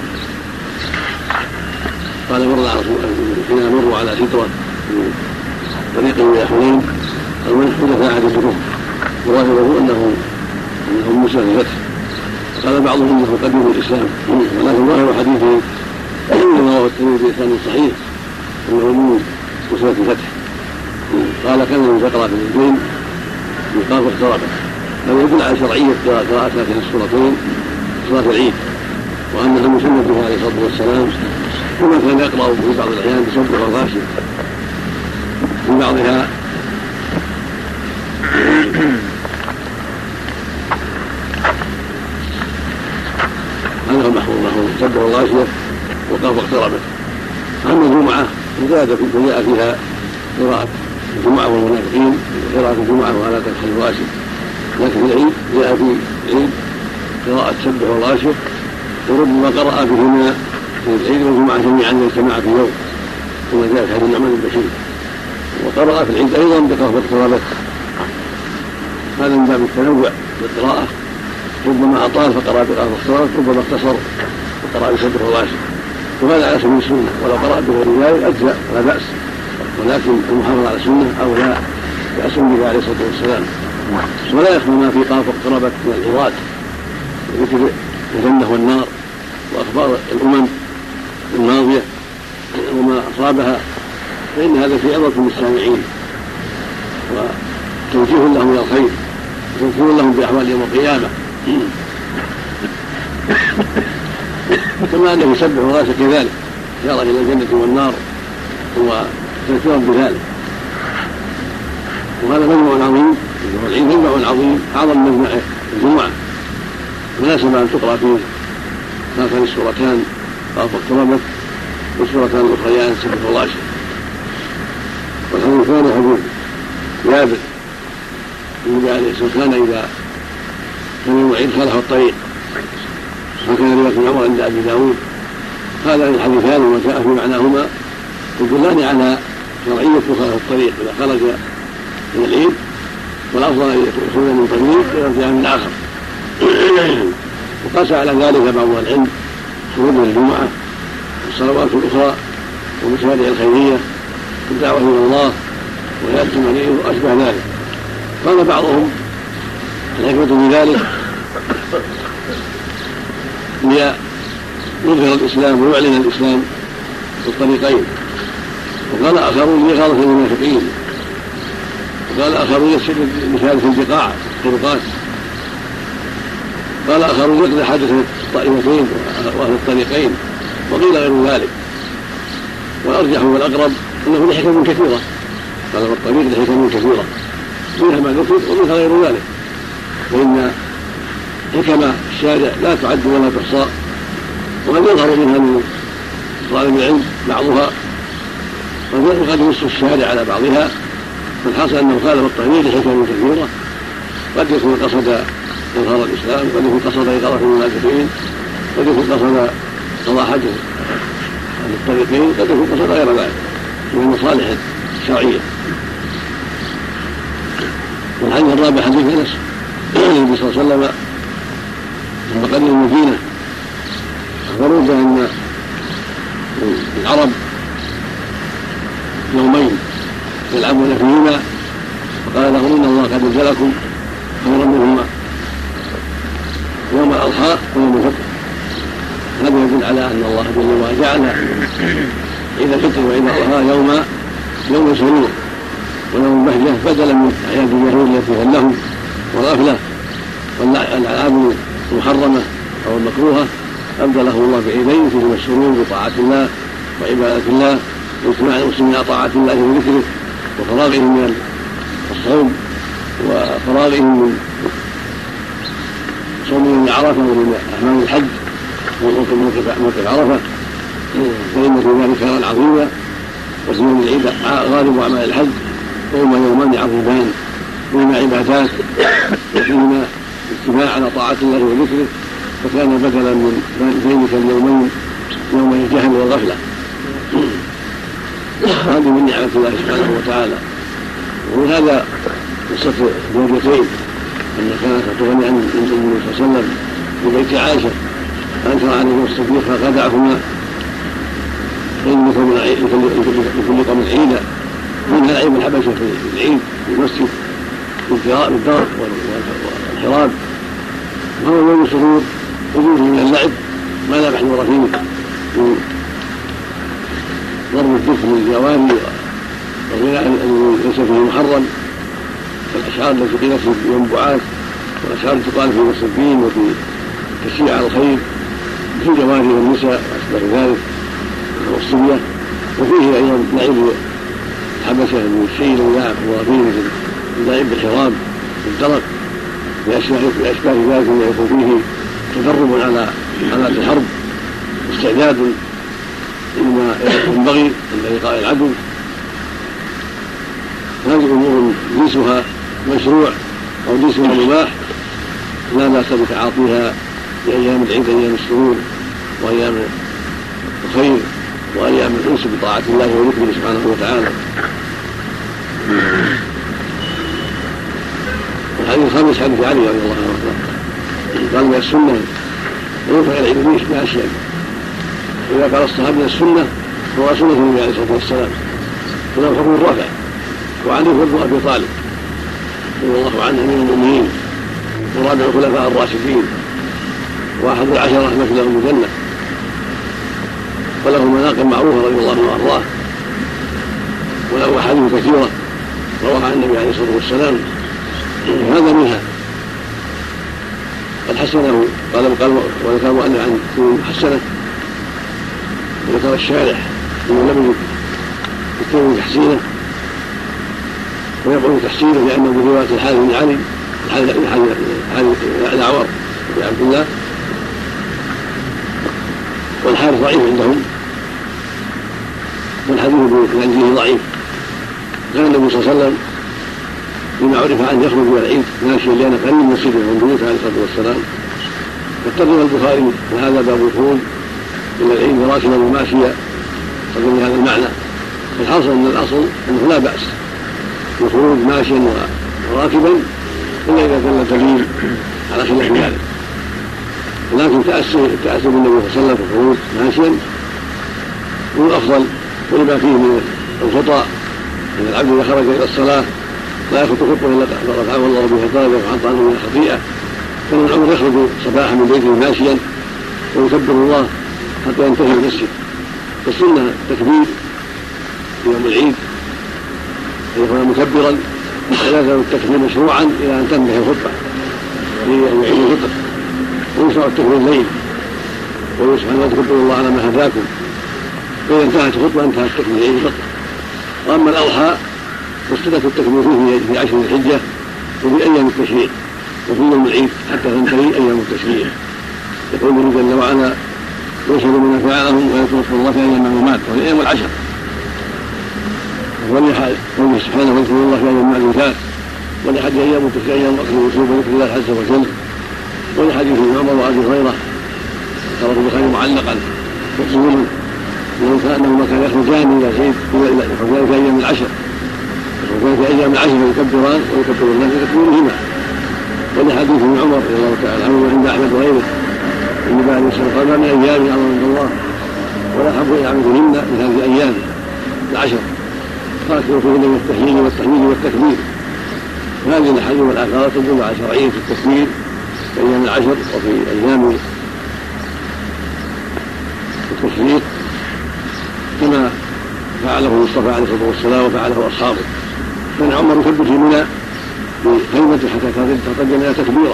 قال مر على رسول الله حين مروا على سترة طريق الى حنين المنح حدث احد الكفر وظاهره انه موسى في الفتح. قال بعضهم انه قديم الاسلام ولكن ظاهر حديثه انما رواه الترمذي باسناد صحيح انه من موسى في الفتح. قال كان من تقرا في الاثنين من قاف اقتربت لو يدل على شرعيه قراءه هاتين السورتين صلاه العيد وانها من سنته عليه الصلاه والسلام كما كان يقرا في بعض الاحيان بصبر وغاشم في بعضها هذا هو محفوظ له صبر الغاشيه وقاف اقتربت. اما الجمعه فجاء فيها قراءه الجمعه والمنافقين قراءه الجمعه وعلى فتح الغاشيه لكن في العيد جاء في العيد قراءه سبح والغاشيه وربما قرأ بهما في العيد والجمعه جميعا للجماعه في يوم كما جاء في حديث النعمان بن بشير وقرأ في العيد ايضا بقاف اقتربت. هذا من باب التنوع بالقراءه ربما اطال فقرأ بقاف اقتربت ربما اختصر وقرأ بسبح والغاشيه وهذا على سبيل السنه ولو قرأ بغير ذلك اجزاء ولا باس ولكن المحافظه على السنه اولى بأسم به عليه الصلاه والسلام. ولا يخفى ما في قاف اقتربت من العظات وذكر الجنه والنار واخبار الامم الماضيه وما اصابها فان هذا في عظه للسامعين وتوجيه لهم الى الخير وتذكير لهم باحوال يوم القيامه كما انه يسبح الغاشيه كذلك اشاره الى الجنه والنار وتذكيرا بذلك. وهذا مجمع عظيم والعيد مجمع عظيم اعظم من مجمع الجمعه مناسب ان تقرا فيه هاتان السورتان قاف اقتربت والسورتان الاخريان سبح والغاشيه. والحديث الثاني حديث جابر النبي عليه الصلاه والسلام كان اذا كان يوم العيد خلف الطريق وكان روايه ابن عمر عند ابي داود. هذان الحديثان وما جاء في معناهما يدلان على شرعيه خلف الطريق اذا خرج من العيد والافضل ان يخرج من طريق ويرجع من اخر. وقاس على ذلك بعض العلم خروج الجمعه والصلوات الاخرى والمشاريع الخيريه والدعوه الى الله ويأتم عليه واشبه ذلك. قال بعضهم الحكمه بذلك ليظهر الاسلام ويعلن الاسلام بالطريقين. وقال اخرون لإغاظة المنافقين وقال اخرون لشهاده البقاع الطرقات. قال اخرون يقضي حاجه الطائفتين واهل الطريقين وقيل غير ذلك. والارجح والاقرب انه لحكم كثيره قال الطريق لحكم كثيره منها ما ذكر ومنها غير ذلك فان حكم الشارع لا تعد ولا تحصى وقد يظهر منها من طالب العلم بعضها وقد ينص الشارع على بعضها فالحاصل انه خالف الطريق لحكم كثيره قد يكون قصد اظهار الاسلام قد يكون قصد اغاظه المنافقين قد يكون قصد قضاء حاجه عن الطريقين قد يكون قصد غير ذلك من المصالح الشرعيه. والحديث الرابع حديث انس النبي صلى الله عليه وسلم لما قدم المدينه اخبروه بان العرب يومين يلعبون فيهما فقال لهم ان الله قد انزلكم خيرا منهما يوم الاضحى ويوم الفطر. هذا يدل على ان الله جل وعلا جعل عيد الفطر وعيد الاضحى يوم سرور ويوم بهجه بدلا من اعياد اليهود التي لهم والغفله والالعاب المحرمه او المكروهه ابدله الله بعيدين فيهما السرور بطاعه الله وعباده الله واجتماع المسلمين على طاعه الله وذكره فراغهم من الصوم وفراغهم من صوم يوم عرفة ومن أعمال الحج موقف عرفة، فإن في ذلك خيرا عظيما. وفي يوم العيد غالب أعمال الحج وهما يومان عظيمان بهما عبادات وفيهما اجتماع على طاعة الله وذكره، فكان بدلا من ذلك اليومين يوم الجهل والغفلة. هذه من نعمة الله سبحانه وتعالى. وهذا قصة زوجتين أن كانت تغني عن النبي صلى الله عليه وسلم في بيت عائشة، فأنكر عليه الصديق فخدعهما لكل قوم عيدا، منها لعب الحبشة في العيد في المسجد بالدار والحراب، وهو يوم السرور وجوده من اللعب ما لا محذور فيه من ضرب الدف للجواري والغناء الذي ليس فيه محرم، والاشعار التي قيلت في يوم بعاث، والاشعار التي تقال في نصر الدين وفي تشجيع على الخير في الجواري والنساء واشبه ذلك والصبيه. وفيه ايضا لعب الحبشه من الشيء واللعب وفيه مثل اللعب بالحراب بالدرق باشباه ذلك مما يكون فيه تدرب على آلات الحرب واستعداد لما ينبغي عند لقاء العدو. هذه امور جنسها مشروع او جنسها مباح لا باس بتعاطيها في ايام العيد، ايام السرور وايام الخير وايام الانس بطاعه الله وذكره سبحانه وتعالى. الحديث الخامس حديث علي رضي الله عنه قال من السنه يرفع العيد باشياء، واذا قال الصحابي من السنه هو سنه النبي عليه الصلاه والسلام، فله حكم الرفع. وعلي بن ابي طالب رضي الله عنه امير المؤمنين ورابع الخلفاء الراشدين واحد العشره مثلهم الجنه، وله مناقب معروفه رضي الله عنه وارضاه، وله احاديث كثيره رواها عن النبي عليه الصلاه والسلام. هذا منها قد حسنه قال وذكروا ان عن حسنه، وذكر الشارح انه لم يكن تحسينه ويبعد تحسينه لانه من روايه الحارث بن علي الاعور بن عبد الله، والحارث ضعيف عندهم والحديث بنجيه ضعيف. كان النبي صلى الله عليه وسلم لما عرف ان يخرج الى العيد ماشيا لان قريب من مسجده من بيوته عليه الصلاه والسلام، فاتخذ البخاري وهذا باب الخروج الى العيد راكبا وماشيا قبل هذا المعنى. الحاصل ان الاصل انه لا باس بالخروج ماشيا وراكبا الا اذا كان دليل على خلاف ذلك، لكن تاسى بالنبي صلى الله عليه وسلم في الخروج ماشيا هو الافضل، ولما فيه من الخطا ان العبد اذا خرج الى الصلاه لا يخطو خطوه الا رفعه الله بها طالبا وحط عنه من الخطيئه. كان ابن عمر يخرج صباحا من بيته ماشيا ويكبر الله حتى ينتهي المسجد. والسنه التكبير في يوم العيد ان يكون مكبرا، ولا يزال التكبير مشروعا الى ان تنتهي الخطبه في يوم عيد الفطر. ويشرع التكبير الليل ويقول سبحانه وتكبروا الله على ما هداكم، فاذا انتهت الخطبه انتهى التكبير عيد الفطر. واما الاضحى والسنة التكبير فيه في عشر ذي الحجة وفي أيام التشريع وفي يوم العيد حتى تنتهي أيام التشريع. يقول الله جل وعلا ويشهد من فعلهم ويتوفى الله في أيام المعلومات وفي أيام العشر. قوله سبحانه واذكروا الله في أيام المعلومات، ولحد أيام التشريع أيام الأكل والشرب وذكر الله عز وجل. ولحديث ابن عمر وأبي هريرة رواه البخاري معلقا مقبولا أنه ما كان يخرجان إلى العيد يخرجان في أيام العشر، وكان في أيام العشر يكبران ويكبر الناس بتكبيرهما. ولحديث ابن عمر رضي الله تعالى عنه عند أحمد وغيره النبي عليه الصلاة والسلام قال: من أيام أمر عند الله ولا حب يعملهن من هذه الأيام العشر، فأكثروا فيهن من التهليل والتحميد والتكبير. هذه الأحاديث والآثار تدل على شرعية التكبير في أيام العشر وفي أيام التشريق كما فعله المصطفى عليه الصلاه والسلام وفعله اصحابه. كان عمر يكبر في منى بخيمته حتى تقدم الى تكبيره.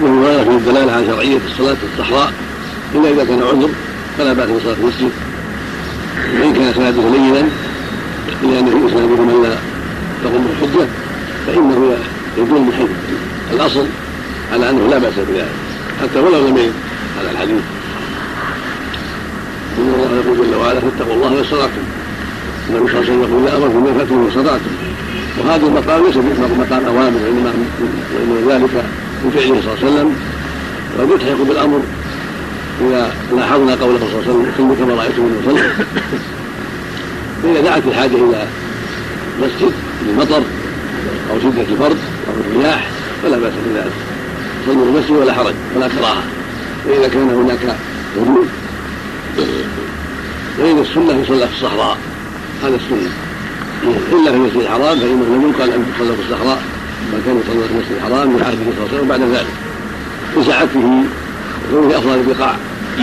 وأبي هريرة في الدلالة على شرعية الصلاة في الصحراء إلا إذا كان عذر فلا بأس بصلاة المسجد، وإن كان سنده لينا لأن في إسناده من لا تقوم الحجة فإنه يدل بحجة. الأصل على أنه لا بأس بذلك حتى ولو لم يرد هذا الحديث. إن الله يقول جل وعلا فاتقوا الله ما استطعتم، النبي صلى الله عليه وسلم يقول لا أمركم بما فاتكم ما استطعتم، وهذا المقام ليس مقام أوامر وإنما ذلك من فعله صلى الله عليه وسلم، وقد يلحق بالأمر إذا لاحظنا قوله صلى الله عليه وسلم صلوا كما رأيتم يصلي، فإذا دعت الحاجة إلى مسجد للمطر أو شدة البرد أو الرياح فلا بأس بذلك، صلوا المسجد ولا حرج ولا كراهة. فإذا كان هناك وجود غير السنة يصلى في الصحراء هذا السنة، إلا في المسجد الحرام فإنه لم يقال أن تصلى في الصحراء، بل كان يصلى في المسجد الحرام من عهده صلى الله عليه وسلم بعد ذلك لسعته وفيه أفضل البقاع.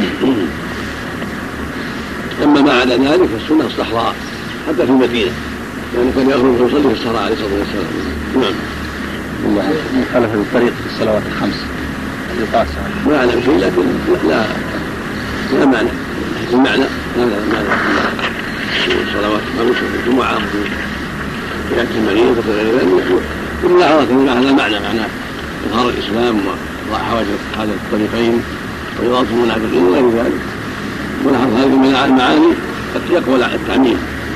أما ما عدا ذلك فالسنة الصحراء حتى في المدينة، يعني كان يخرج ويصلي في الصحراء عليه الصلاة والسلام. نعم. والله مخالفة الطريق في الصلوات الخمس ما أعلم شيء، لكن لا معنى المعنى هذا معنى الصلوات الخمس في الجمعة في عكس المدينة وفي غير ذلك الملاحظة من هذا المعنى معنى إظهار الإسلام وحواجز هذا الطريقين وإضافة المنافقين وغير ذلك. ونلاحظ هذه من المعاني قد يقوى التعميم.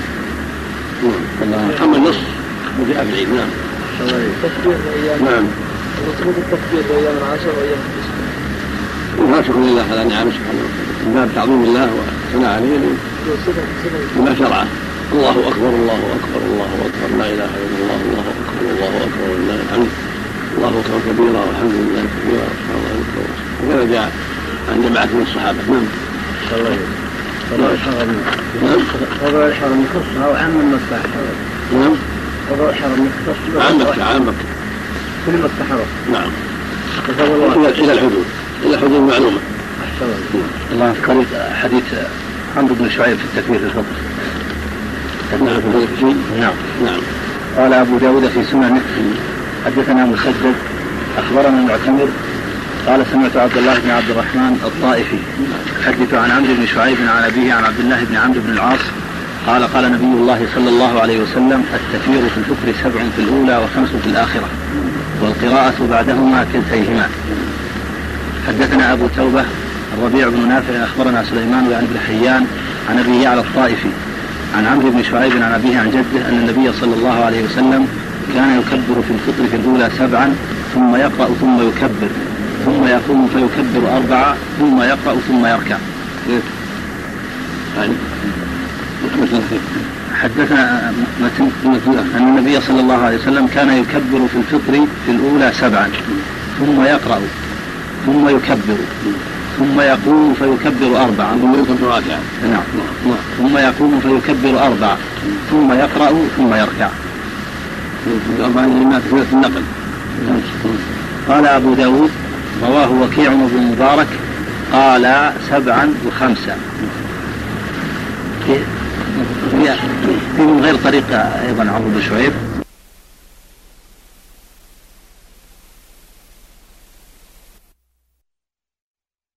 أما النص وجاء في العيد. نعم. نعم. وصفة التكبير بأيام العشر وأيام التسعة. شكر لله على نعمه سبحانه وتعالى من باب تعظيم الله والثناء عليه بما شرعه. الله أكبر الله أكبر الله أكبر لا إله إلا الله الله أكبر الله أكبر ولله الحمد الله أكبر كبيرا والحمد لله كبيرا سبحان الله أكبر. وكذا جاء عن جماعة من الصحابة. نعم. وضع الحرم يخصها وعام المصلحة. نعم. وضع الحرم يخصها عام مكة كل مكة حرم. نعم. إلى الحدود معلومة. الله يذكر حديث عمرو بن شعيب في التكبير في الفطر. نعم. قال أبو داود في سننه حدثنا مسدد أخبرنا معتمر قال سمعت عبد الله بن عبد الرحمن الطائفي يحدث عن عمرو بن شعيب عن أبيه عن عبد الله بن عمرو بن العاص قال نبي الله صلى الله عليه وسلم التكبير في الفطر 7 في الأولى و5 في الآخرة والقراءة بعدهما كلتيهما. حدثنا أبو توبة الربيع بن نافع أخبرنا سليمان وعن ابن حيان عن أبي يعلى الطائفي عن عمرو بن شعيب عن أبيه عن جده أن النبي صلى الله عليه وسلم كان يكبر في الفطر في الأولى 7 ثم يقرأ ثم يكبر ثم يقوم فيكبر 4 ثم يقرأ ثم يركع. حدثنا أن النبي صلى الله عليه وسلم كان يكبر في الفطر في الأولى 7 ثم يقرأ ثم يكبر ثم يقوم فيكبر 4 ثم يقوم فيكبر 4 ثم يقرأ ثم يركع. قال أبو داود رواه وكيع بن مبارك قال 7 و5 في من غير طريقة أيضا عمرو بن شعيب